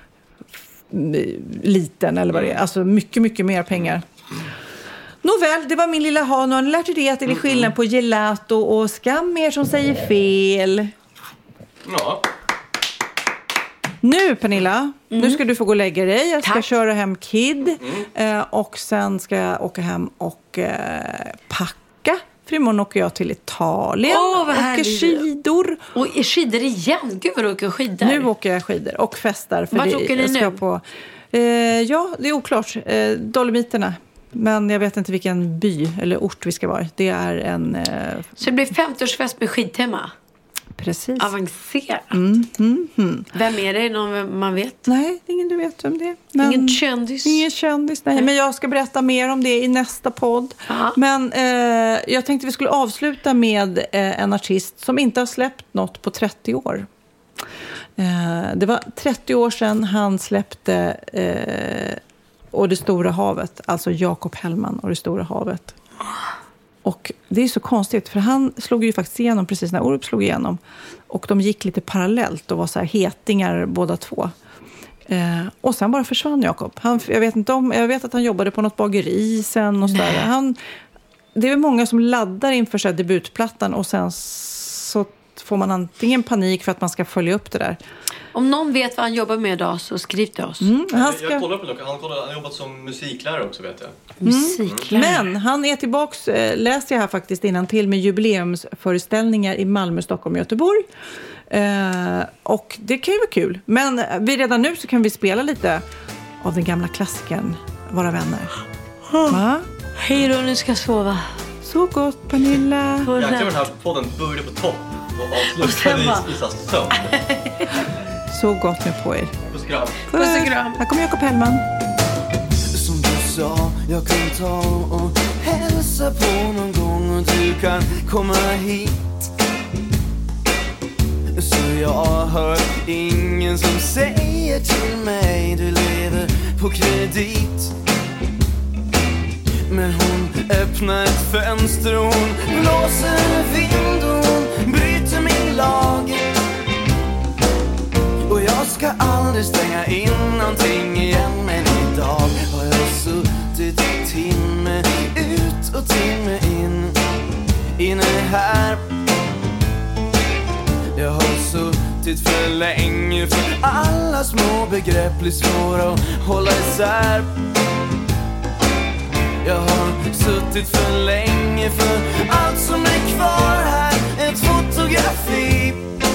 Speaker 3: liten, eller vad det är. Alltså mycket, mycket mer pengar. Nåväl, det var min lilla ha. Nu har ni lärt er det, att det är skillnad på gelato och skam er som säger fel.
Speaker 5: Ja.
Speaker 3: Nu, Pernilla, nu ska du få gå och lägga dig. Jag ska köra hem Kid. Och sen ska jag åka hem och packa. För imorgon åker jag till Italien. Åker skidor.
Speaker 4: Och skidor igen? Gud vad du åker skidor.
Speaker 3: Nu åker jag skidor och festar. För
Speaker 4: vart åker ni nu?
Speaker 3: Ja, det är oklart. Dolomiterna. Men jag vet inte vilken by eller ort vi ska vara. Det är en...
Speaker 4: Så det blir 50-årsfest med skidtema?
Speaker 3: Precis.
Speaker 4: Avancerat. Vem är det? Någon man vet?
Speaker 3: Nej, ingen du vet vem det är. Men
Speaker 4: ingen kändis?
Speaker 3: Ingen kändis, nej. Men jag ska berätta mer om det i nästa podd. Aha. Men jag tänkte vi skulle avsluta med en artist som inte har släppt något på 30 år. Det var 30 år sedan han släppte Och det stora havet. Alltså Jakob Hellman och det stora havet. Och det är så konstigt, för han slog ju faktiskt igenom precis när Orup slog igenom. Och de gick lite parallellt och var så här hetingar båda två. Och sen bara försvann Jakob. Jag vet att han jobbade på något bageri sen och sådär. Det är väl många som laddar inför så här debutplattan och sen så får man antingen panik för att man ska följa upp det där.
Speaker 4: Om någon vet vad han jobbar med idag så skriv till oss.
Speaker 5: Jag kollar på det. Han har jobbat som musiklärare också, vet jag.
Speaker 4: Musiklärare.
Speaker 3: Men han är tillbaks, läste jag här faktiskt innan till, med jubileumsföreställningar i Malmö, Stockholm och Göteborg. Och det kan ju vara kul. Men redan nu så kan vi spela lite av den gamla klassikern Våra vänner.
Speaker 4: Hej då, nu ska jag sova.
Speaker 3: Så gott, Pernilla.
Speaker 5: Jag kan den här podden börja på topp och avsluta i sömn.
Speaker 3: Så gott med på er.
Speaker 5: Puss och kram.
Speaker 4: Puss och kram.
Speaker 3: Här kommer Jakob Hellman.
Speaker 9: Som du sa, jag kan ta och hälsa på någon gång och du kan komma hit. Så jag hör ingen som säger till mig du lever på kredit. Men hon öppnar ett fönster och hon blåser vind och hon bryter min lag. Och jag ska aldrig stänga in någonting igen. Men idag har jag suttit timme ut och timme in. Inne här. Jag har suttit för länge, för alla små begrepp blir svåra att hålla isär. Jag har suttit för länge, för allt som är kvar här är ett fotografi.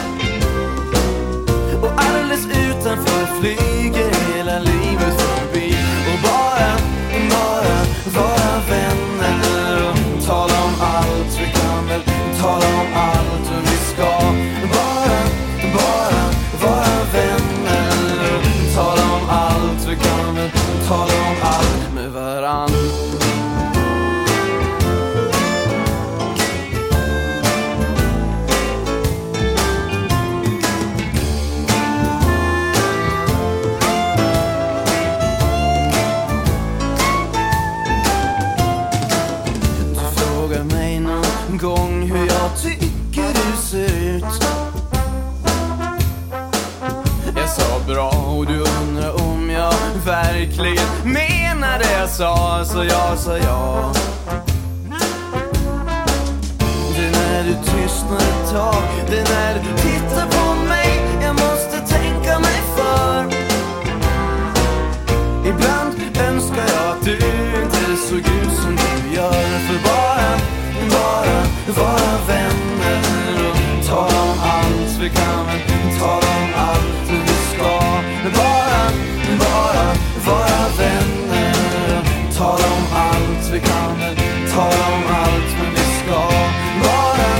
Speaker 9: Och alldeles utanför flyger hela livet förbi. Och bara vara vänner och tala om allt. Vi kan väl tala om allt och vi ska bara gång hur jag tycker du ser ut. Jag sa bra och du undrar om jag verkligen menar det jag sa. Så jag sa ja. Det är när du tystnar ett tag, det är när du tittar på mig. Jag måste tänka mig för. Ibland önskar jag att du inte såg ut som du gör. För bara vara vänner och tala om allt. Vi kan väl tala om allt och vi ska. Bara vara vänner och tala om allt. Vi kan väl tala om allt men vi ska. Bara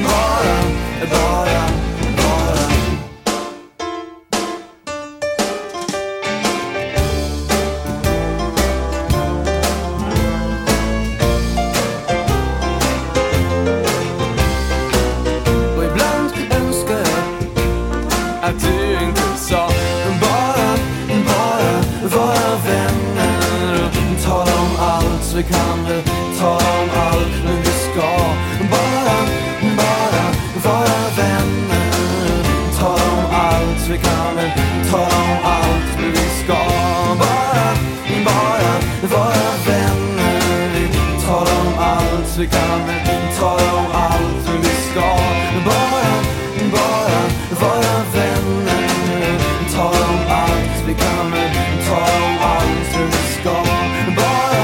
Speaker 9: och ibland önskar jag att du inte sa bara vara vänner och tala om allt. Vi kan väl tala om allt men vi ska. Bara vara vänner, tala om allt. Vi kan väl tala om allt men vi ska. Bara vara vänner, tala om allt. Vi kan väl tala om allt men vi ska. Bara vara vänner, tala om allt. Vi kan väl tala om allt men vi ska. Bara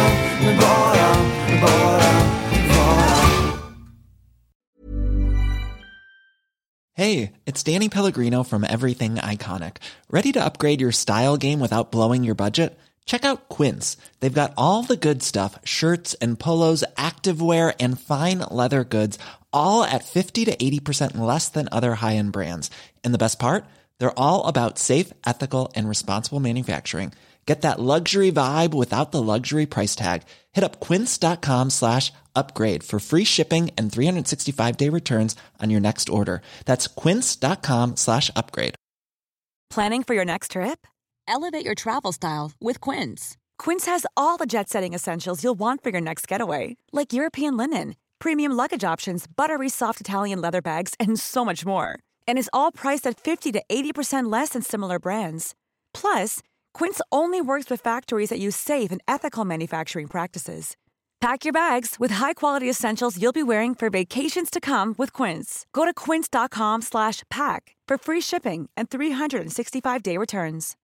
Speaker 10: Hey, it's Danny Pellegrino from Everything Iconic. Ready to upgrade your style game without blowing your budget? Check out Quince. They've got all the good stuff, shirts and polos, activewear, and fine leather goods, all at 50 to 80% less than other high-end brands. And the best part? They're all about safe, ethical, and responsible manufacturing. Get that luxury vibe without the luxury price tag. Hit up quince.com/upgrade for free shipping and 365-day returns on your next order. That's quince.com/upgrade.
Speaker 6: Planning for your next trip?
Speaker 11: Elevate your travel style with Quince.
Speaker 6: Quince has all the jet-setting essentials you'll want for your next getaway, like European linen, premium luggage options, buttery soft Italian leather bags, and so much more. And is all priced at 50 to 80% less than similar brands. Plus, Quince only works with factories that use safe and ethical manufacturing practices. Pack your bags with high-quality essentials you'll be wearing for vacations to come with Quince. Go to quince.com/pack for free shipping and 365-day returns.